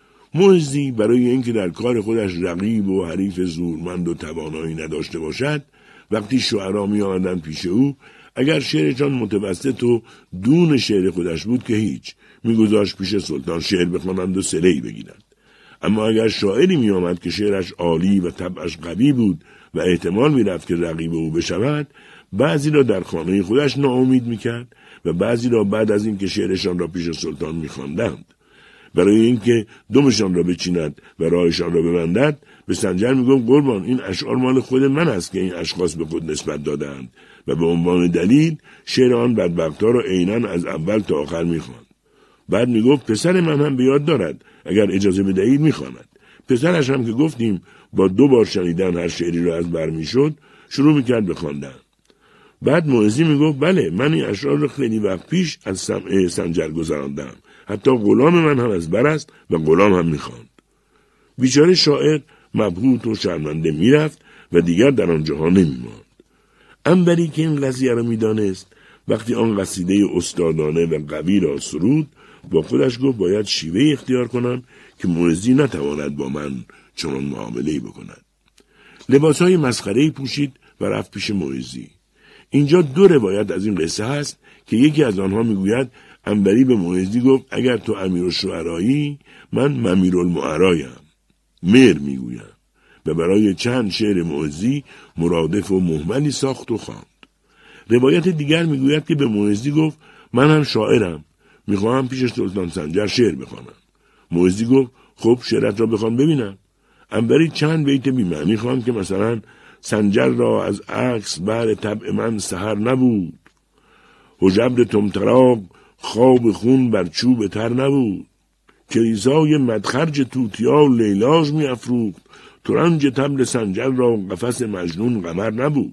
معزی برای اینکه در کار خودش رقیب و حریف زورمند و توانایی نداشته باشد، وقتی شعرا می آمدند پیش او، اگر شعرشان متوسط و دون شعر خودش بود که هیچ، میگذاشت پیش سلطان شعر بخوانند و صله‌ای بگیرند. اما اگر شاعری می آمد که شعرش عالی و طبعش قوی بود و احتمال می رفت که رقیب او بشود، بعضی را در خانه خودش ناامید می کرد و بعضی را بعد از اینکه شعرشان را پیش سلطان می خواندند. برای اینکه دمشان را بچیند و راهشان را ببندد، به سنجر می گفت قربان این اشعار مال خود من است که این اشخاص به خود نسبت دادند و به عنوان دلیل شعر آن بدبخت‌ها را عیناً از اول تا آخر می خواند. بعد می گفت پسر من هم به یاد دارد، اگر اجازه بدهید می خواند. پسرش هم که گفتیم با دو بار شنیدن هر شعری را از بر می شد، شروع می کرد به خواندن. بعد معزی می گفت بله من این اشعار را خیلی وقت پیش از سمع سنجر گذراندم، حتی غلام من هم از بر است و غلام هم می خواند. بیچاره شاعر مبهوت و شرمنده می رفت و دیگر در آن جهان نمی ماند. انبری که این قضیه را می دانست، وقتی آن قصیده استادانه و قوی را سرود، با خودش گفت باید شیوه اختیار کنم که معزی نتواند با من چنان معامله‌ای بکند. لباسهای مسخره‌ای پوشید و رفت پیش معزی. اینجا دو روایت از این قصه هست که یکی از آنها میگوید انبری به معزی گفت اگر تو امیرالشعرایی من ممیرالمعرایم، مر میگویم، و برای چند شعر معزی مرادف و مهملی ساخت و خواند. روایت دیگر میگوید که به معزی گفت من هم شاعرم، میخواهم پیش سلطان سنجر شعر بخوانم. معزی گفت خب شعرت را بخوان ببینم. انبری چند بیت بی معنی خواند که مثلا سنجر را از عکس بر طبع من سحر نبود، حجبر تمطراق خواب خون بر چوب تر نبود، کلیسای مدخرج توتیا لیلاج می افروخت، ترنج طبل سنجر را قفس مجنون قمر نبود.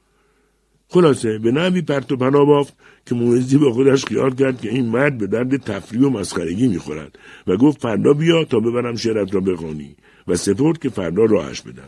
خلاصه به نحوی پرت و پلا بافت که معزی با خودش خیال کرد که این مرد به درد تفریح و مسخرگی میخورد و گفت فردا بیا تا ببرم شعرت را بخوانی و سپرد که فردا راهش بدن.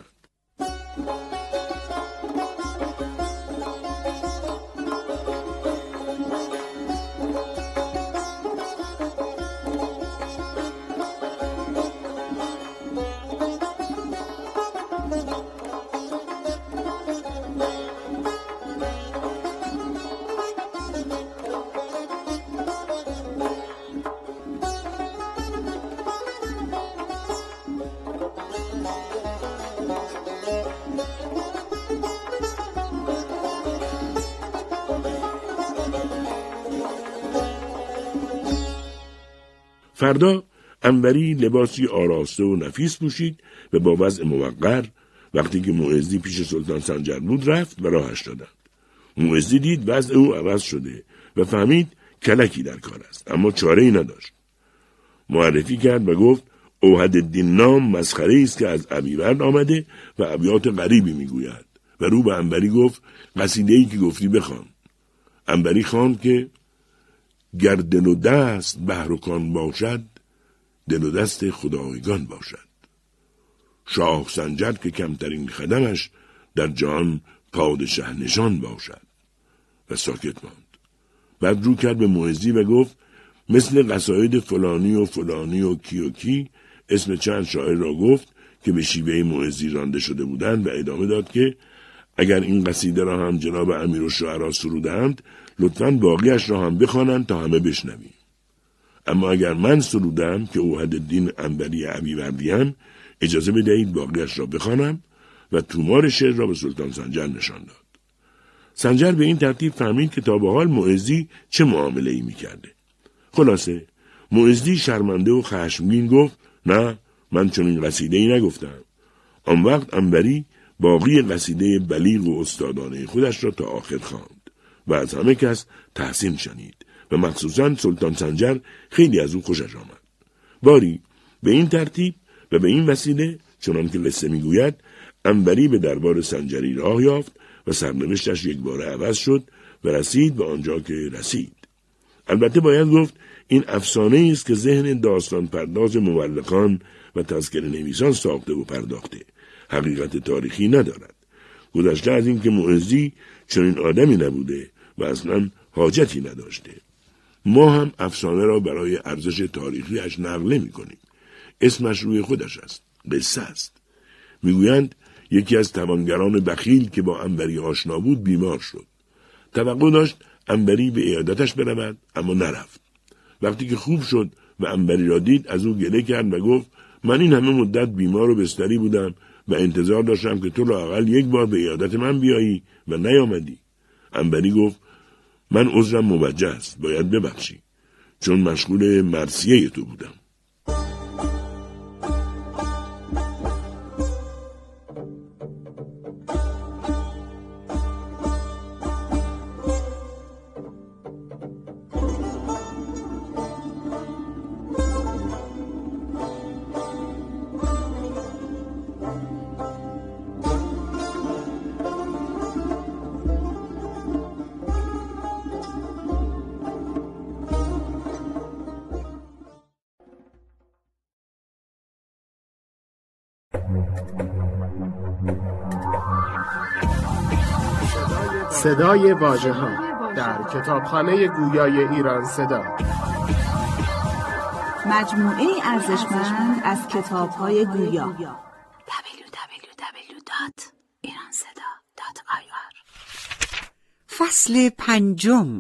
فردا انبری لباسی آراسته و نفیس پوشید و با وضع موقر وقتی که معزی پیش سلطان سنجر بود رفت و راهش دادند. معزی دید وضع او عوض شده و فهمید کلکی در کار است، اما چاره‌ای نداشت. معرفی کرد و گفت اوحدالدین نام مسخره است که از ابیورد آمده و ابیات غریبی میگوید و رو به انبری گفت قصیده‌ای که گفتی بخوان. انبری خواند که گر دل و دست بحر و کان باشد، دل و دست خدایگان باشد. شاه سنجر که کمترین خدمش در جهان پادشه نشان باشد. و ساکت ماند. بعد رو کرد به معزی و گفت مثل قصاید فلانی و فلانی و کی و کی، اسم چند شاعر را گفت که به شیوه معزی رانده شده بودند و ادامه داد که اگر این قصیده را هم جناب امیرالشعرا سرودند لطفاً باقیش را هم بخوانند تا همه بشنویم. اما اگر من سرودم که اوحدالدین انبری ابیوردیم، اجازه بدهید باقیش را بخوانم و تومار شعر را به سلطان سنجر نشان داد. سنجر به این ترتیب فهمید که تا به حال معزی چه معامله‌ای می‌کرده. خلاصه معزی شرمنده و خشمگین گفت نه من چنین قصیده‌ای نگفتم. آن وقت انبری باقی قصیده بلیغ و استادانه خودش را تا آخر خواند و از همه کس تحسین شنید و مخصوصاً سلطان سنجر خیلی از او خوشش آمد. باری به این ترتیب و به این وسیله چنان که قصه میگوید انوری به دربار سنجری راه یافت و سرنوشتش یک باره عوض شد و رسید به آنجا که رسید. البته باید گفت این افسانه است که ذهن داستان پرداز مورخان و تذکره نویسان ساخته و پرداخته، حقیقت تاریخی ندارد. گذشته از این که معزی چنین آدمی نبوده و اصلا حاجتی نداشته. ما هم افسانه را برای ارزش تاریخیش نقل نمی کنیم. اسمش روی خودش است، قصه است. میگویند یکی از توانگران بخیل که با انوری آشنا بود بیمار شد. توقع داشت انوری به عیادتش برود، اما نرفت. وقتی که خوب شد و انوری را دید از او گله کرد و گفت من این همه مدت بیمار و بستری بودم و انتظار داشتم که تو لااقل یک بار به عیادت من بیایی و نیامدی. انوری گفت من عذرم موجه است، باید ببخشی، چون مشغول مرثیه تو بودم. صدای واژه‌ها در کتابخانه گویای ایران صدا، مجموعه ارزشمند از کتاب‌های گویا. دبلیو دبلیو دبلیو دات ایران صدا دات آی آر. فصل پنجم.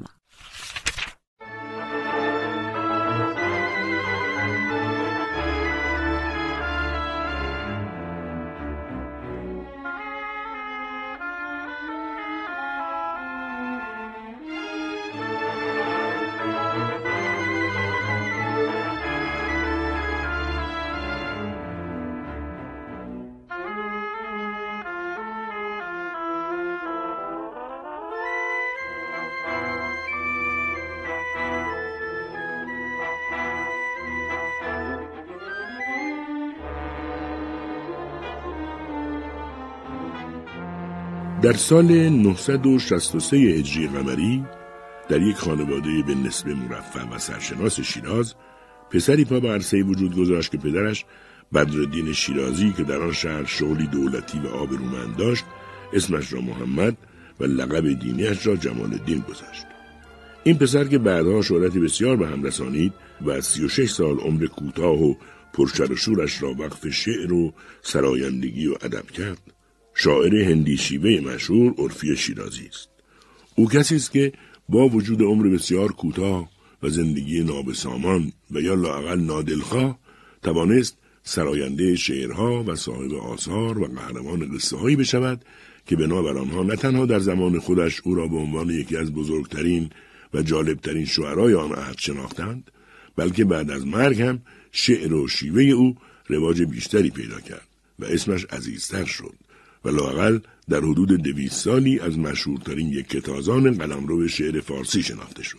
در سال نهصد و شصت و سه هجری قمری در یک خانواده به نسبه مرفه و سرشناس شیراز پسری پا به عرصه وجود گذاشت که پدرش بدرالدین شیرازی که در آن شهر شغلی دولتی و آبرومند داشت اسمش را محمد و لقب دینیش را جمال الدین گذاشت. این پسر که بعدها شهرت بسیار به هم رسانید و از سی و شش سال عمر کوتاه و پرشر و شورش را وقف شعر و سرایندگی و ادب کرد، شاعر هندی شیوه مشهور عرفی شیرازی است. او کسی است که با وجود عمر بسیار کوتاه و زندگی نابسامان و یا لااقل نادلخواه توانست سراینده شعرها و صاحب آثار و قهرمان قصه هایی بشود که بنابر آنها نه تنها در زمان خودش او را به عنوان یکی از بزرگترین و جالبترین شعرای آن عهد شناختند، بلکه بعد از مرگ هم شعر و شیوه او رواج بیشتری پیدا کرد و اسمش عزیزتر شد و لااقل در حدود دویست سالی از مشهورترین یک کتازان قلمرو شعر فارسی شناخته شد.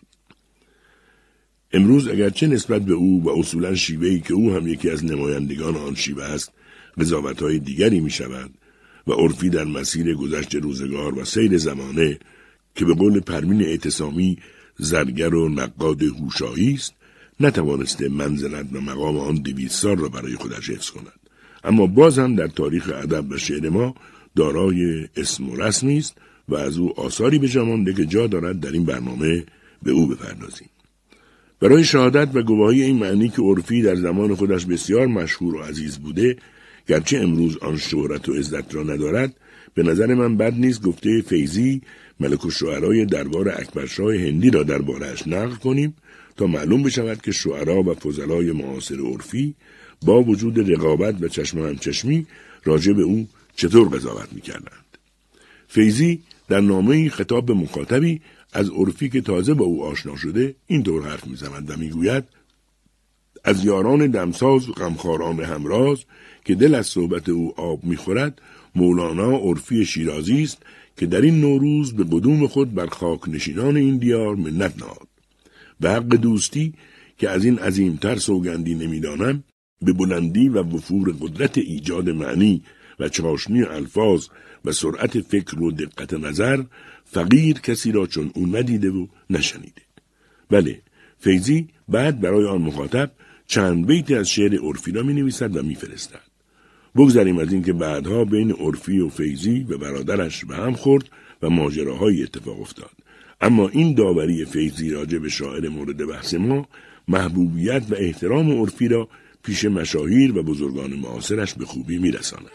امروز اگرچه نسبت به او و اصولاً شیوهی که او هم یکی از نمایندگان آن شیوه است قضاوت‌های دیگری می شود و عرفی در مسیر گذشت روزگار و سیر زمانه که به قول پروین اعتصامی زرگر و نقاد هوشایی است نتوانسته منزلت و مقام آن دویست سال را برای خودش حفظ کند، اما باز هم در تاریخ ادب و شعر ما دارای اسم و رسمی است و از او آثاری به جا مانده که جا دارد در این برنامه به او بپردازیم. برای شهادت و گواهی این معنی که عرفی در زمان خودش بسیار مشهور و عزیز بوده، گرچه امروز آن شهرت و عزت را ندارد، به نظر من بد نیست گفته فیضی ملک الشعرای دربار اکبرشاه هندی را درباره‌اش نقل کنیم تا معلوم بشود که شعرا و فضلای معاصر عرفی با وجود رقابت و چشم همچشمی راجع به او چطور قضاوت می‌کردند. فیضی در نامه‌ای خطاب به مخاطبی از عرفی که تازه با او آشنا شده اینطور حرف می‌زند و می‌گوید: از یاران دمساز و غمخواران همراز که دل از صحبت او آب می‌خورد، مولانا عرفی شیرازی است که در این نوروز به قدوم خود بر خاک نشینان این دیار منت نهاد. به حق دوستی که از این عظیمتر سوگندی نمی‌دانم، به بلندی و وفور قدرت ایجاد معنی و چاشنی الفاظ و سرعت فکر و دقت نظر فقیر کسی را چون او ندیده و نشنیده. بله، فیضی بعد برای آن مخاطب چند بیتی از شعر عرفی را می نویسد و می فرستد. بگذاریم از این که بعدها بین عرفی و فیضی و برادرش به هم خورد و ماجراهای اتفاق افتاد. اما این داوری فیضی راجع به شاعر مورد بحث ما محبوبیت و احترام عرفی را پیش مشاهیر و بزرگان معاصرش به خوبی می رساند.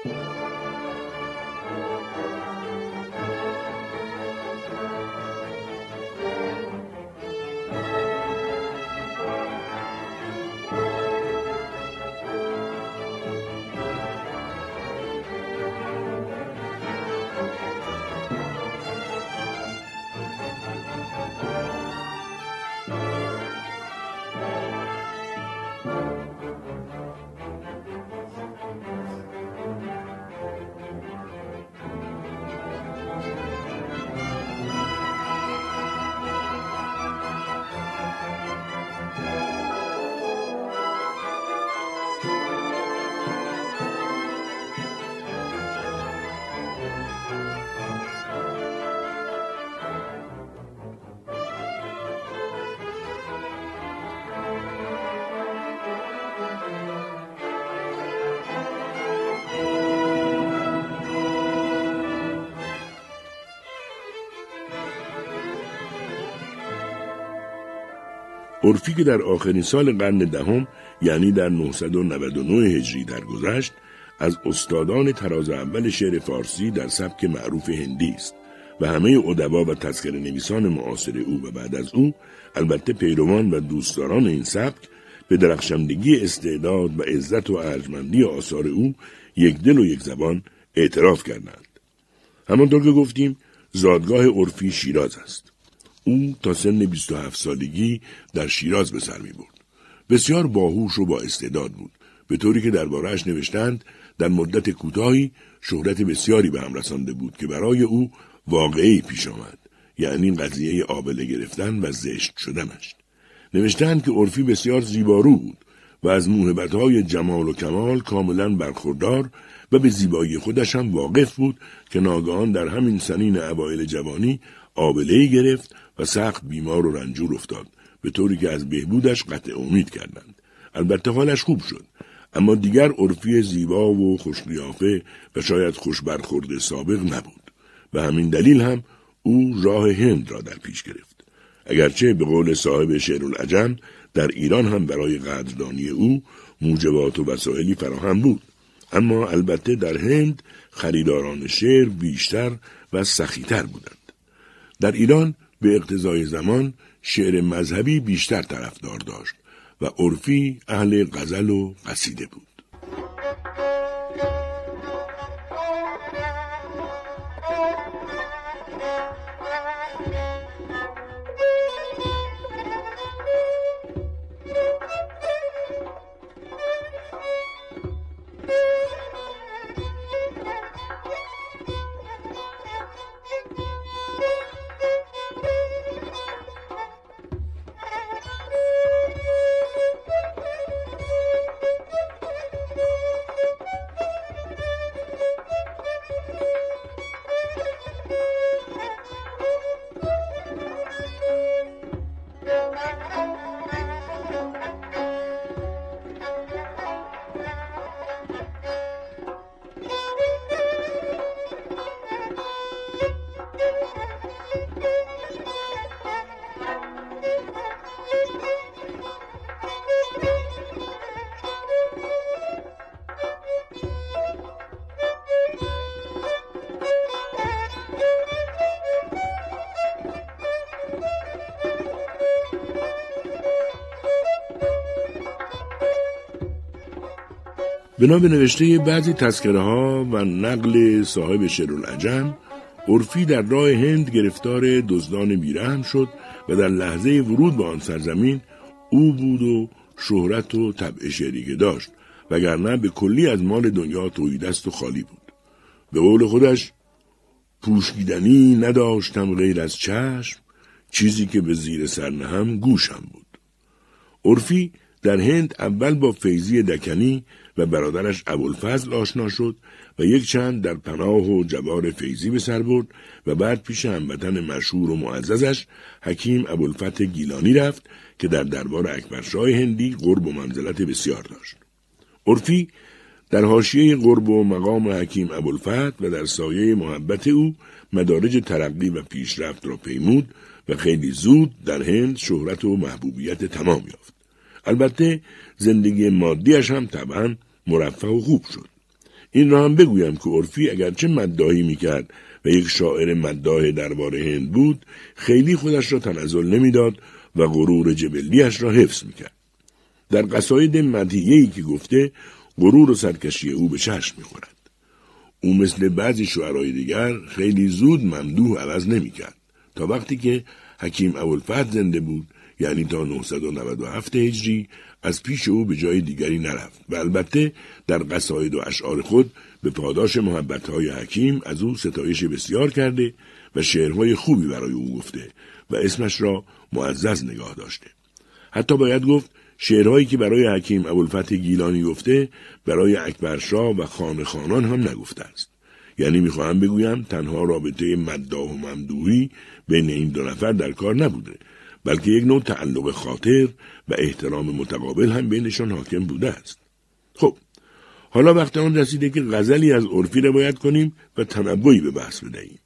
عرفی که در آخرین سال قرن دهم یعنی در نهصد و نود و نه هجری درگذشت، از استادان طراز اول شعر فارسی در سبک معروف هندی است و همه ادبا و تذکره نویسان معاصر او و بعد از او، البته پیروان و دوستداران این سبک، به درخشندگی استعداد و عزت و ارجمندی آثار او یک دل و یک زبان اعتراف کردند. همانطور که گفتیم، زادگاه عرفی شیراز است. او تا سن بیست و هفت سالگی در شیراز به سر می برد. بسیار باهوش و با استعداد بود، به طوری که درباره‌اش نوشتند در مدت کوتاهی شهرت بسیاری به هم رسانده بود که برای او واقعی پیش آمد، یعنی قضیه آبله گرفتن و زشت شدنش. نوشتند که عرفی بسیار زیبارو بود و از موهبت‌های جمال و کمال کاملا برخوردار و به زیبایی خودش هم واقف بود که ناگهان در همین سنین اوایل جوانی آبله‌ای گرفت و سخت بیمار و رنجور افتاد، به طوری که از بهبودش قطع امید کردند. البته حالش خوب شد، اما دیگر عرفی زیبا و خوش‌قیافه و شاید خوش برخورد سابق نبود. به همین دلیل هم او راه هند را در پیش گرفت. اگرچه به قول صاحب شعرالعجم در ایران هم برای قدردانی او موجبات و وسایلی فراهم بود، اما البته در هند خریداران شعر بیشتر و سخی‌تر بودند. در ایران به اقتضای زمان شعر مذهبی بیشتر طرفدار داشت و عرفی اهل غزل و قصیده بود. بنا به نوشته بعضی تذکره ها و نقل صاحب شعرالعجم، عرفی در راه هند گرفتار دزدان بیرحم شد و در لحظه ورود به آن سرزمین او بود و شهرت و طبع شعری که داشت، وگرنه به کلی از مال دنیا تهیدست و خالی بود. به قول خودش پوشیدنی نداشتم غیر از چشم، چیزی که به زیر سر نهم گوشم بود. عرفی در هند اول با فیضی دکنی و برادرش ابوالفضل آشنا شد و یک چند در پناه و جوار فیضی به سر برد و بعد پیش هموطن مشهور و معززش حکیم ابوالفتح گیلانی رفت که در دربار اکبرشاه هندی قرب و منزلت بسیار داشت. عرفی در حاشیه قرب و مقام حکیم ابوالفتح و در سایه محبت او مدارج ترقی و پیشرفت را پیمود و خیلی زود در هند شهرت و محبوبیت تمام یافت. البته زندگی مادیش هم طبعا مرفه و خوب شد. این را هم بگویم که عرفی اگرچه مداحی میکرد و یک شاعر مداح دربار هند بود، خیلی خودش را تنزل نمیداد و غرور جبلیش را حفظ میکرد. در قصاید مدحیه‌ای که گفته غرور و سرکشی او به چشم میخورد. او مثل بعضی شعرای دیگر خیلی زود ممدوح عوض نمیکرد تا وقتی که حکیم ابوالفتح زنده بود، یعنی تا نهصد و نود و هفت هجری، از پیش او به جای دیگری نرفت و البته در قصاید و اشعار خود به پاداش محبت‌های حکیم از او ستایش بسیار کرده و شعرهای خوبی برای او گفته و اسمش را معزز نگاه داشته. حتی باید گفت شعرهایی که برای حکیم ابوالفتح گیلانی گفته برای اکبرشاه و خان خانان هم نگفته است. یعنی میخواهم بگویم تنها رابطه مداح و ممدوحی بین این دو نفر در کار نبوده، بلکه یک نوع تعلق خاطر و احترام متقابل هم بینشان حاکم بوده است. خب، حالا وقت آن رسیده که غزلی از عرفی روایت کنیم و تنوعی به بحث بدهیم.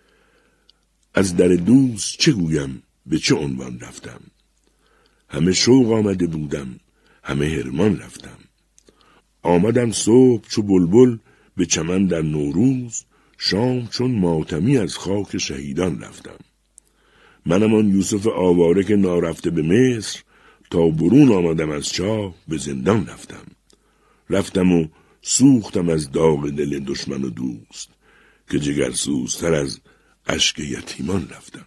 از در دوست چه گویم، به چه عنوان رفتم؟ همه شوق آمده بودم، همه هرمان رفتم. آمدم صبح چو بلبل به چمن در نوروز، شام چون ماتمی از خاک شهیدان رفتم. منم آن یوسف آواره که نارفته به مصر، تا برون آمدم از چاه به زندان رفتم. رفتم و سوختم از داغ دل دشمن و دوست، که جگرسوزتر از اشک یتیمان رفتم.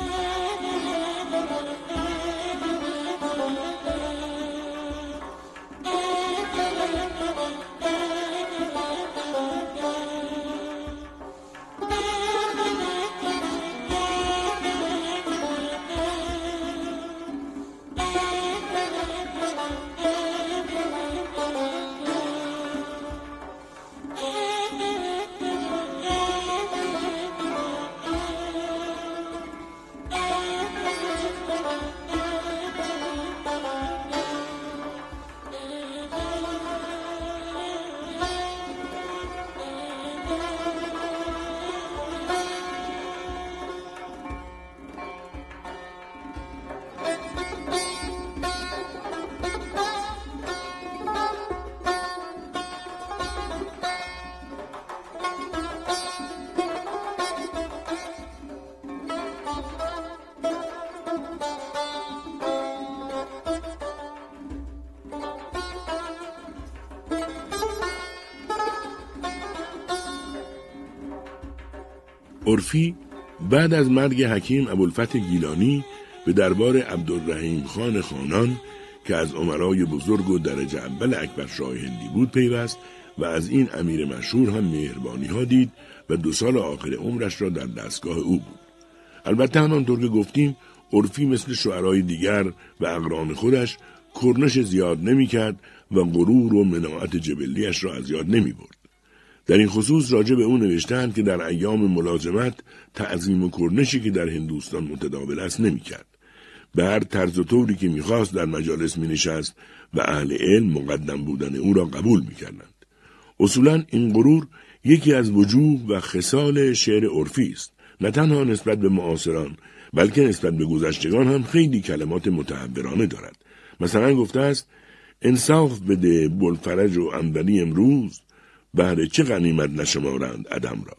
عرفی بعد از مرگ حکیم ابوالفتح گیلانی به دربار عبدالرحیم خان خانان که از امرای بزرگ و درجه اول اکبرشاه هندی بود پیوست و از این امیر مشهور هم مهربانی ها دید و دو سال آخر عمرش را در دستگاه او بود. البته همانطور که گفتیم عرفی مثل شعرهای دیگر و اقران خودش کرنش زیاد نمی کرد و غرور و مناعت جبلیش را از یاد نمی برد. در این خصوص راجع به او نوشتند که در ایام ملازمت تعظیم و کرنشی که در هندوستان متداول است نمی کرد. به هر طرز و طوری که می خواست در مجالس می نشست و اهل علم مقدم بودن او را قبول می کردند. اصولاً این غرور یکی از وجوه و خصال شعر عرفی است، نه تنها نسبت به معاصران بلکه نسبت به گذشتگان هم خیلی کلمات متحورانه دارد. مثلا گفته است انصاف بده بلفرج و انبری امروز، بهر چه غنیمت نشمارند عدم را.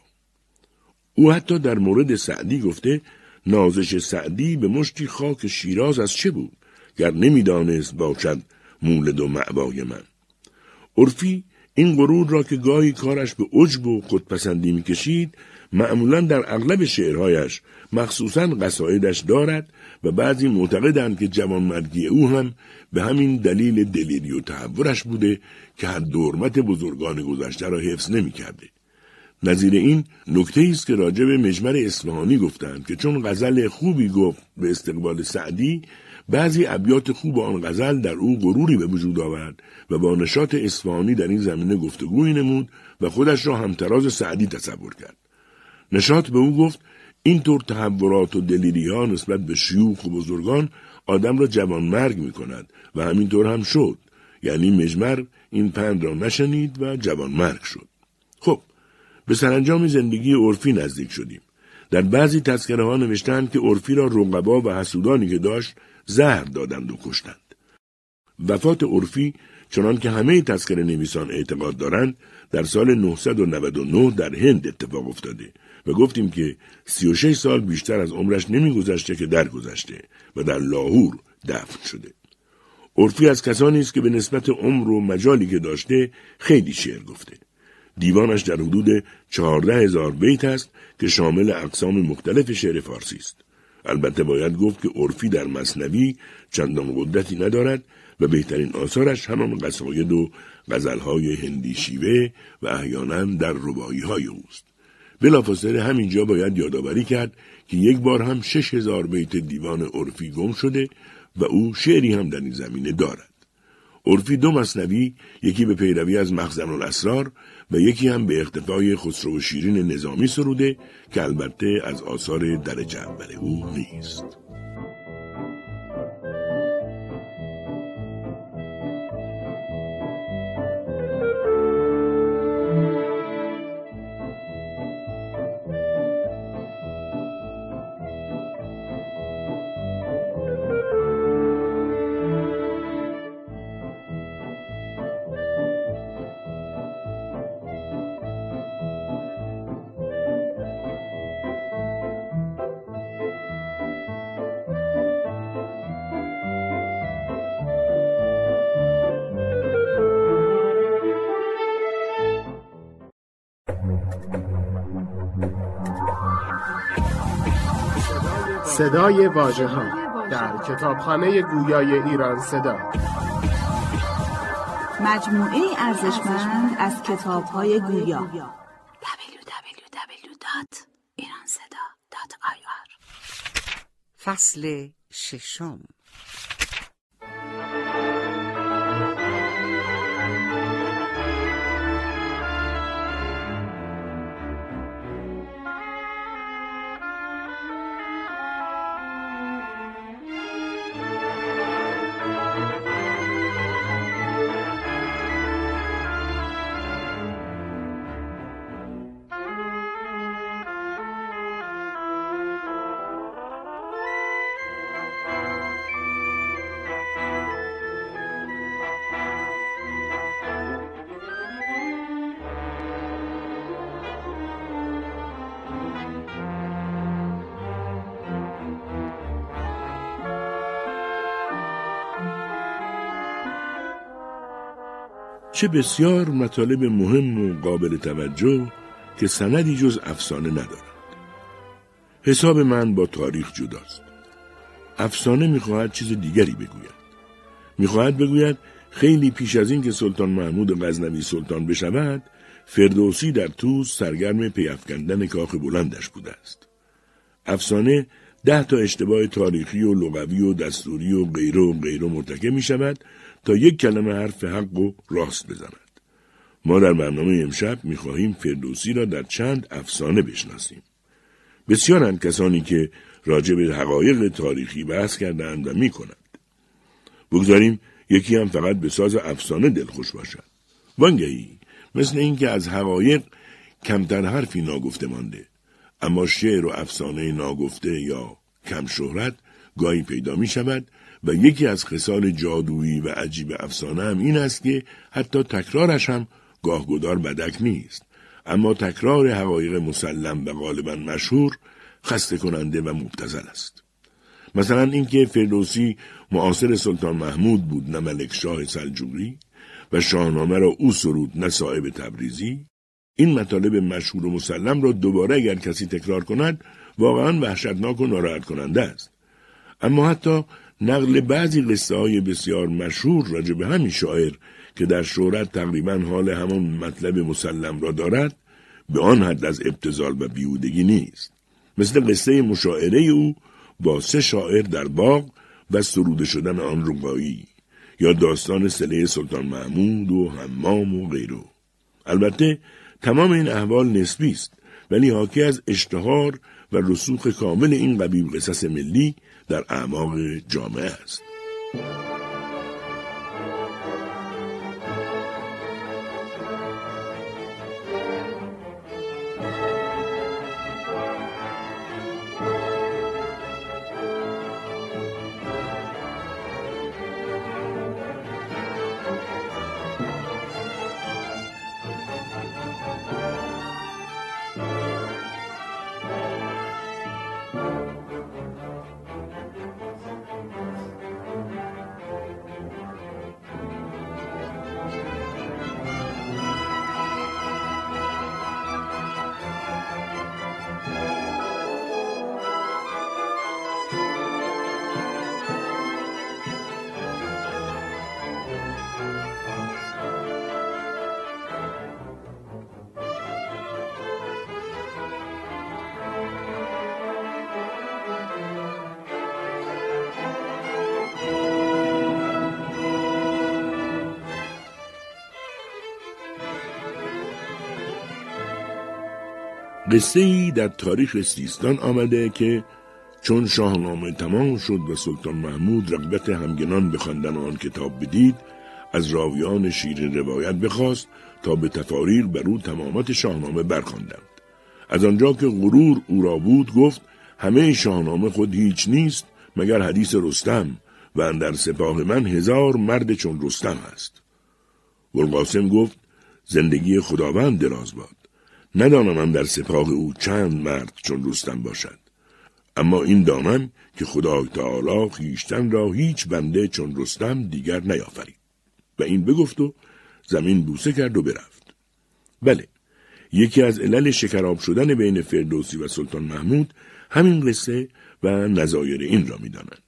او حتی در مورد سعدی گفته نازش سعدی به مشتی خاک شیراز از چه بود گر نمیدانست باشد مولد و مأوای من. عرفی این غرور را که گاهی کارش به عجب و خودپسندی میکشید معمولاً در اغلب شعرهایش مخصوصاً قصایدش دارد و بعضی معتقدند که جوانمردگی او هم به همین دلیل دلیری و تحورش بوده که حد و حرمت بزرگان گذشته را حفظ نمی کرده. نظیر این نکته است که راجع به مجمر اصفهانی گفتند که چون غزل خوبی گفت به استقبال سعدی، بعضی ابیات خوب آن غزل در او غروری به وجود آورد و با نشاط اصفهانی در این زمینه گفتگویی نمود و خودش را همتراز سعدی تصور کرد. نشاط به او گفت اینطور تحورات و دلیری‌ها نسبت به شیوخ و بزرگان آدم را جوانمرگ می کند و همینطور هم شد. یعنی مجمر این پند را نشنید و جوانمرگ شد. خب، به سرانجام زندگی عرفی نزدیک شدیم. در بعضی تذکره ها نوشتند که عرفی را رقبا و حسودانی که داشت زهر دادند و کشتند. وفات عرفی چنان که همه تذکره نویسان اعتقاد دارند در سال نهصد و نود و نه در هند اتفاق افتاده و گفتیم که سی و شش سال بیشتر از عمرش نمی گذشته که درگذشته و در لاهور دفن شده. عرفی از کسانی است که به نسبت عمر و مجالی که داشته خیلی شعر گفته. دیوانش در حدود چهارده هزار بیت است که شامل اقسام مختلف شعر فارسی است. البته باید گفت که عرفی در مثنوی چندان قدرتی ندارد و بهترین آثارش همان قصاید و غزلهای هندی شیوه و احیانا در رباعی‌های اوست. بلافاصله همینجا باید یادآوری کرد که یک بار هم شش هزار بیت دیوان عرفی گم شده و او شعری هم در این زمینه دارد. عرفی دو مثنوی، یکی به پیروی از مخزن الاسرار و یکی هم به اقتفای خسرو و شیرین نظامی سروده که البته از آثار درجه اول او نیست. صدای واژه‌ها در کتابخانه گویای ایران صدا، مجموعه ارزشمند از کتاب‌های گویا. دبلیو دبلیو دبلیو دات ایران صدا دات آی آر. فصل ششم. چه بسیار مطالب مهم و قابل توجه که سندی جز افسانه ندارد. حساب من با تاریخ جداست. افسانه میخواهد چیز دیگری بگوید. میخواهد بگوید خیلی پیش از این که سلطان محمود غزنوی سلطان بشود، فردوسی در طوس سرگرم پی افکندن کاخ بلندش بوده است. افسانه ده تا اشتباه تاریخی و لغوی و دستوری و غیره و غیره مرتکب می شود تا یک کلمه حرف حق و راست بزند. ما در برنامه امشب می خواهیم فردوسی را در چند افسانه بشناسیم. بسیارند کسانی که راجع به حقایق تاریخی بحث کردند و می کنند. بگذاریم یکی هم فقط به ساز افسانه دلخوش باشد. وانگهی مثل این که از حقایق کمتر حرفی ناگفته مانده، اما شعر و افسانه ناگفته یا کم شهرت گاهی پیدا می شود و یکی از خصال جادویی و عجیب افسانه هم این است که حتی تکرارش هم گاهگدار بدک نیست، اما تکرار حقایق مسلم و غالبا مشهور خسته کننده و مبتذل است. مثلا اینکه فردوسی معاصر سلطان محمود بود نه ملک شاه سلجوقی و شاهنامه را او سرود نه صاحب تبریزی، این مطالب مشهور و مسلم را دوباره اگر کسی تکرار کند واقعا وحشتناک و ناراحت کننده است. اما حتی نقل بعضی قصه های بسیار مشهور راجع به همین شاعر که در شهرت تقریبا حال همون مطلب مسلم را دارد به آن حد از ابتذال و بیهودگی نیست. مثل قصه مشاعره او با سه شاعر در باغ و سروده شدن آن رباعی، یا داستان صله سلطان محمود و حمام و غیره. البته تمام این احوال نسبی است، ولی حاکی از اشتهار و رسوخ کامل این قبیل قصص ملی در اعماق جامعه است. قصه‌ای در تاریخ سیستان آمده که چون شاهنامه تمام شد و سلطان محمود رغبت همگنان به خواندن آن کتاب بدید، از راویان شیرین روایت بخواست تا به تفاریر بر او تمامات شاهنامه برخواندند. از آنجا که غرور او را بود گفت همه شاهنامه خود هیچ نیست مگر حدیث رستم و اندر سپاه من هزار مرد چون رستم است. بوالقاسم گفت زندگی خداوند دراز باد. ندانم اندر سپاه او چند مرد چون رستم باشد، اما این دانم که خدای تعالی خویشتن را هیچ بنده چون رستم دیگر نیافرید. و این بگفت و زمین بوسه کرد و برفت. بله، یکی از علل شکراب شدن بین فردوسی و سلطان محمود همین قصه و نظایر این را می دانند.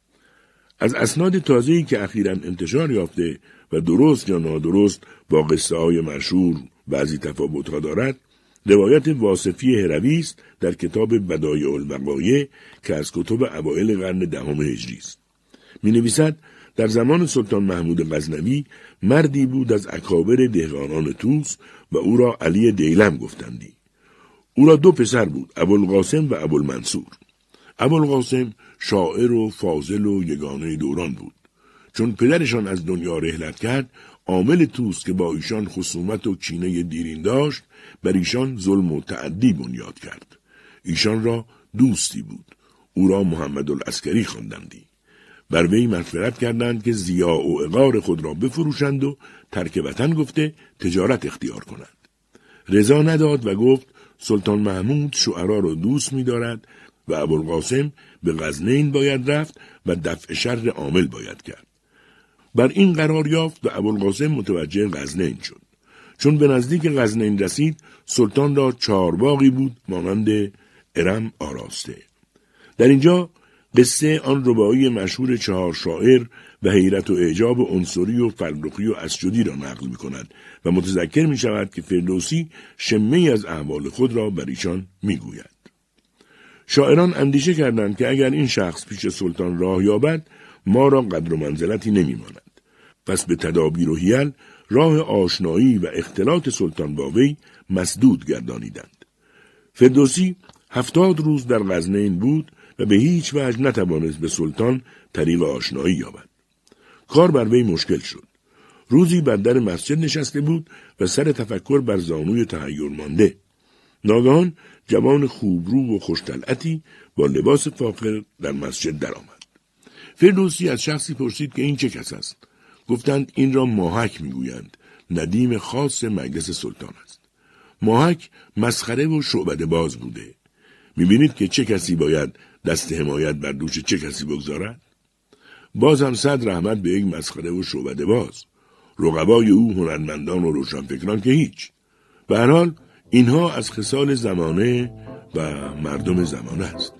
از اسناد تازه‌ای که اخیراً انتشار یافته و درست یا نادرست با قصه های مشهور بعضی تفاوت‌ها دارد، روایت واصفی هروی است در کتاب بدایع الوقایع که از کتب اوایل قرن دهم هجری است. می‌نویسد در زمان سلطان محمود غزنوی مردی بود از اکابر دهقانان طوس و او را علی دیلم گفتندی. او را دو پسر بود، ابوالقاسم و ابوالمنصور. ابوالقاسم شاعر و فاضل و یگانه دوران بود. چون پدرشان از دنیا رحلت کرد، عامل طوس که با ایشان خصومت و کینه دیرین داشت، بر ایشان ظلم و تعدی بنیاد کرد. ایشان را دوستی بود. او را محمد العسکری خواندندی. بر وی مشورت کردند که ضیاع و عقار خود را بفروشند و ترک وطن گفته تجارت اختیار کنند. رضا نداد و گفت سلطان محمود شعرا را دوست می دارد و ابوالقاسم به غزنین باید رفت و دفع شر عامل باید کرد. بر این قرار یافت و ابوالقاسم متوجه غزنین شد. چون به نزدیک غزنین رسید، سلطان را چارباغی بود مانند ارم آراسته. در اینجا قصه آن رباعی مشهور چهار شاعر و حیرت و اعجاب و عنصری و فرخی و اسجدی را نقل می کند و متذکر می شود که فردوسی شمه‌ای از احوال خود را بر ایشان می گوید. شاعران اندیشه کردند که اگر این شخص پیش سلطان راه یابد، ما را قدر و منزلتی نمی ماند. پس به تدابیر و حیل راه آشنایی و اختلاط سلطان با وی مسدود گردانیدند. فردوسی هفتاد روز در غزنین بود و به هیچ وجه نتوانست به سلطان طریق آشنایی یابد. کار بر وی مشکل شد. روزی بر در مسجد نشسته بود و سر تفکر بر زانوی تحیر مانده. ناگهان جوان خوبرو و خوش‌طلعتی با لباس فاخر در مسجد درآمد. فردوسی از شخصی پرسید که این چه کس است؟ گفتند این را ماهک میگویند، ندیم خاص مجلس سلطان است. ماهک مسخره و شعبده باز بوده. میبینید که چه کسی باید دست حمایت بر دوش چه کسی بگذارد؟ باز هم صد رحمت به یک مسخره و شعبده باز. رقبای او هنرمندان و روشنفکران که هیچ. به هر حال اینها از خصال زمانه و مردم زمانه است.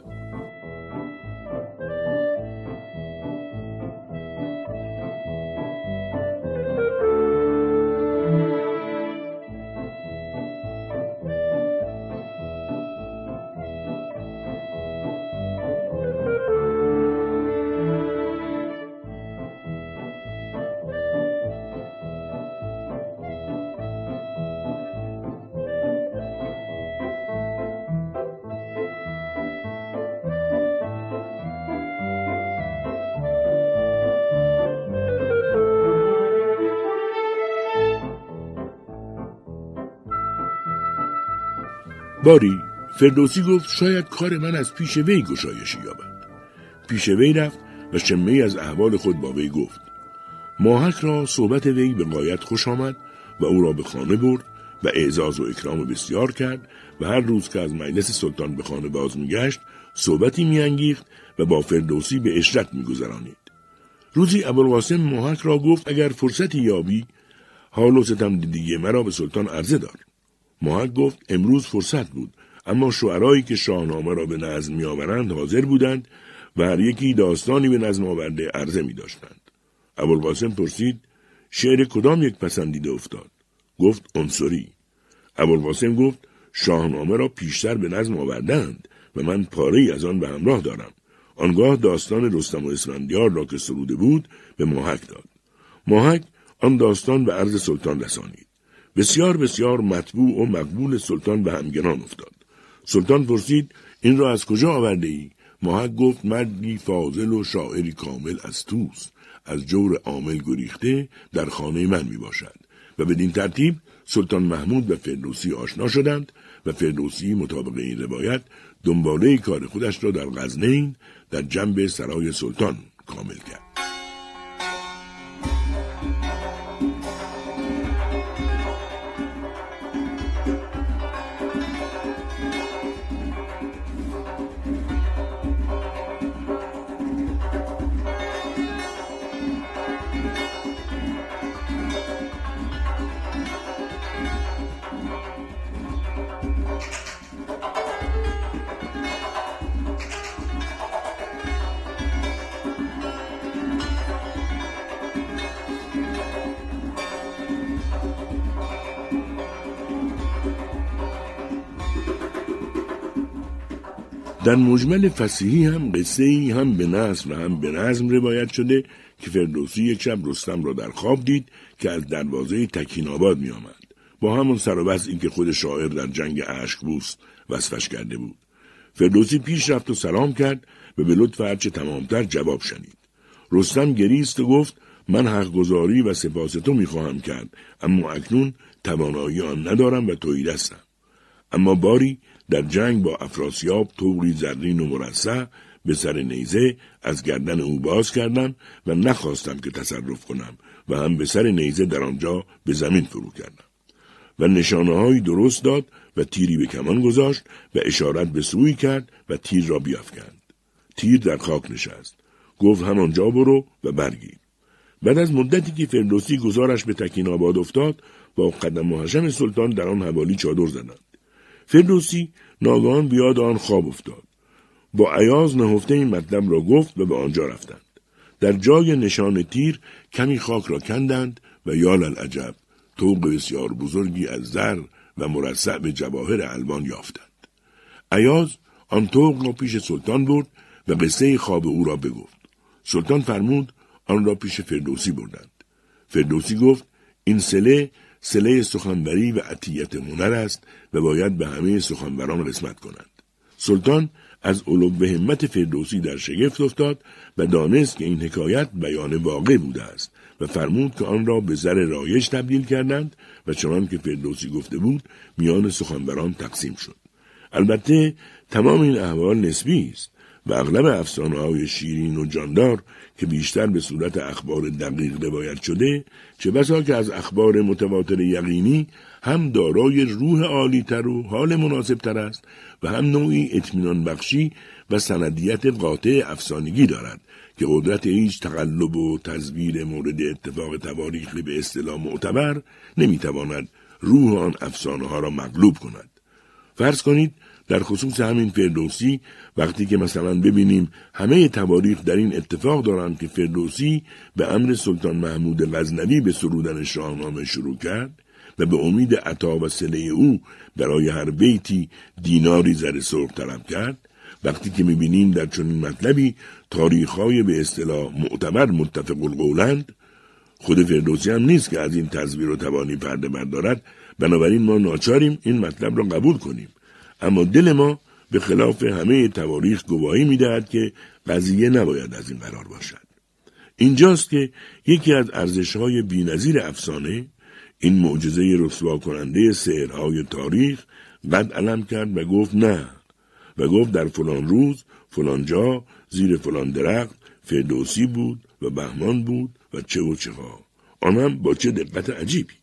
باری فردوسی گفت شاید کار من از پیش وی گشایشی یابد. پیش وی رفت و شمه‌ای از احوال خود با وی گفت. ماهک را صحبت وی به غایت خوش آمد و او را به خانه برد و اعزاز و اکرام بسیار کرد و هر روز که از مجلس سلطان به خانه باز میگشت صحبتی میانگیخت و با فردوسی به عشرت میگذرانید. روزی ابوالقاسم ماهک را گفت اگر فرصتی یابی حال و ستم دیدگی مرا به سلطان عرضه دار. ماهک گفت امروز فرصت بود، اما شعرایی که شاهنامه را به نظم میآورند حاضر بودند و هر یکی داستانی به نظم آورده عرضه می داشتند. ابوالقاسم پرسید شعر کدام یک پسندیده افتاد؟ گفت عنصری. ابوالقاسم گفت شاهنامه را پیشتر به نظم آوردند و من پاره‌ای از آن به همراه دارم. آنگاه داستان رستم و اسفندیار را که سروده بود به ماهک داد. ماهک آن داستان به عرض سلطان رسانید. بسیار بسیار مطبوع و مقبول سلطان به همگنان افتاد. سلطان پرسید این را از کجا آورده ای؟ ماهک گفت مردی فاضل و شاعری کامل از توست، از جور عامل گریخته در خانه من می باشد. و بدین ترتیب سلطان محمود و فردوسی آشنا شدند و فردوسی مطابق این روایت دنباله کار خودش را در غزنین در جنب سرای سلطان کامل کرد. در مجمل فصیحی هم قصه‌ای هم به نثر و هم به نظم روایت شده که فردوسی یک شب رستم را در خواب دید که از دروازه تکین‌آباد می آمد. با همون سر و وضعی که خود شاعر در جنگ اشکبوس وصفش کرده بود. فردوسی پیش رفت و سلام کرد و به لطف هرچه تمامتر جواب شنید. رستم گریست و گفت من حق گزاری و سپاس تو می خواهم کرد، اما اکنون توانایی آن ندارم و تویی دستم. اما باری در جنگ با افراسیاب طوقی زرین و مرصع به سر نیزه از گردن او باز کردم و نخواستم که تصرف کنم و هم به سر نیزه در آنجا به زمین فرو کردم و نشانه‌هایی درست داد و تیری به کمان گذاشت و اشارت به سوی کرد و تیر را بیافکند. تیر در خاک نشست. گفت همانجا برو و برگیر. بعد از مدتی که فردوسی گزارش به تکین‌آباد افتاد با قدم و حشم سلطان در آن حوالی چادر زدند. فردوسی ناگهان بیاد آن خواب افتاد. با ایاز نهفته این مطلب را گفت و به آنجا رفتند. در جای نشان تیر کمی خاک را کندند و یال العجب طوق بسیار بزرگی از زر و مرصع به جواهر الوان یافتند. ایاز آن طوق را پیش سلطان برد و قصه خواب او را بگفت. سلطان فرمود آن را پیش فردوسی بردند. فردوسی گفت این سله سله سخنوری و عطیت هنر است و باید به همه سخنوران قسمت کنند. سلطان از علو همت فردوسی در شگفت افتاد و دانست که این حکایت بیان واقع بوده است و فرمود که آن را به زر رایج تبدیل کردند و چنان که فردوسی گفته بود میان سخنوران تقسیم شد. البته تمام این احوال نسبی است و اغلب افسانه‌های شیرین و جاندار که بیشتر به صورت اخبار دقیق روایت شده، چه بسا که از اخبار متواتر یقینی هم دارای روح عالی تر و حال مناسب تر است و هم نوعی اطمینان بخشی و سندیت قاطع افسانگی دارد که قدرت هیچ تقلب و تزویر مورد اتفاق تواریخ به اصطلاح معتبر نمیتواند روح آن افسانه ها را مغلوب کند. فرض کنید در خصوص همین فردوسی وقتی که مثلا ببینیم همه تواریخ در این اتفاق دارند که فردوسی به امر سلطان محمود غزنوی به سرودن شاهنامه شروع کرد و به امید عطا و صله او برای هر بیتی دیناری زر سرخ طلب کرد، وقتی که میبینیم در چنین مطلبی تاریخ‌های به اصطلاح معتبر متفق القولند، خود فردوسی هم نیست که از این تزویر و توانی پرده بردارد، بنابراین ما ناچاریم این مطلب را قبول کنیم. اما دل ما به خلاف همه تواریخ گواهی می‌دهد که قضیه نباید از این قرار باشد. اینجاست که یکی از ارزش‌های بی‌نظیر افسانه، این معجزه رسوا کننده سحرهای تاریخ بعد علم کرد و گفت نه و گفت در فلان روز فلان جا زیر فلان درخت فردوسی بود و بهمان بود و چه و چه ها، آنم با چه دقت عجیبی.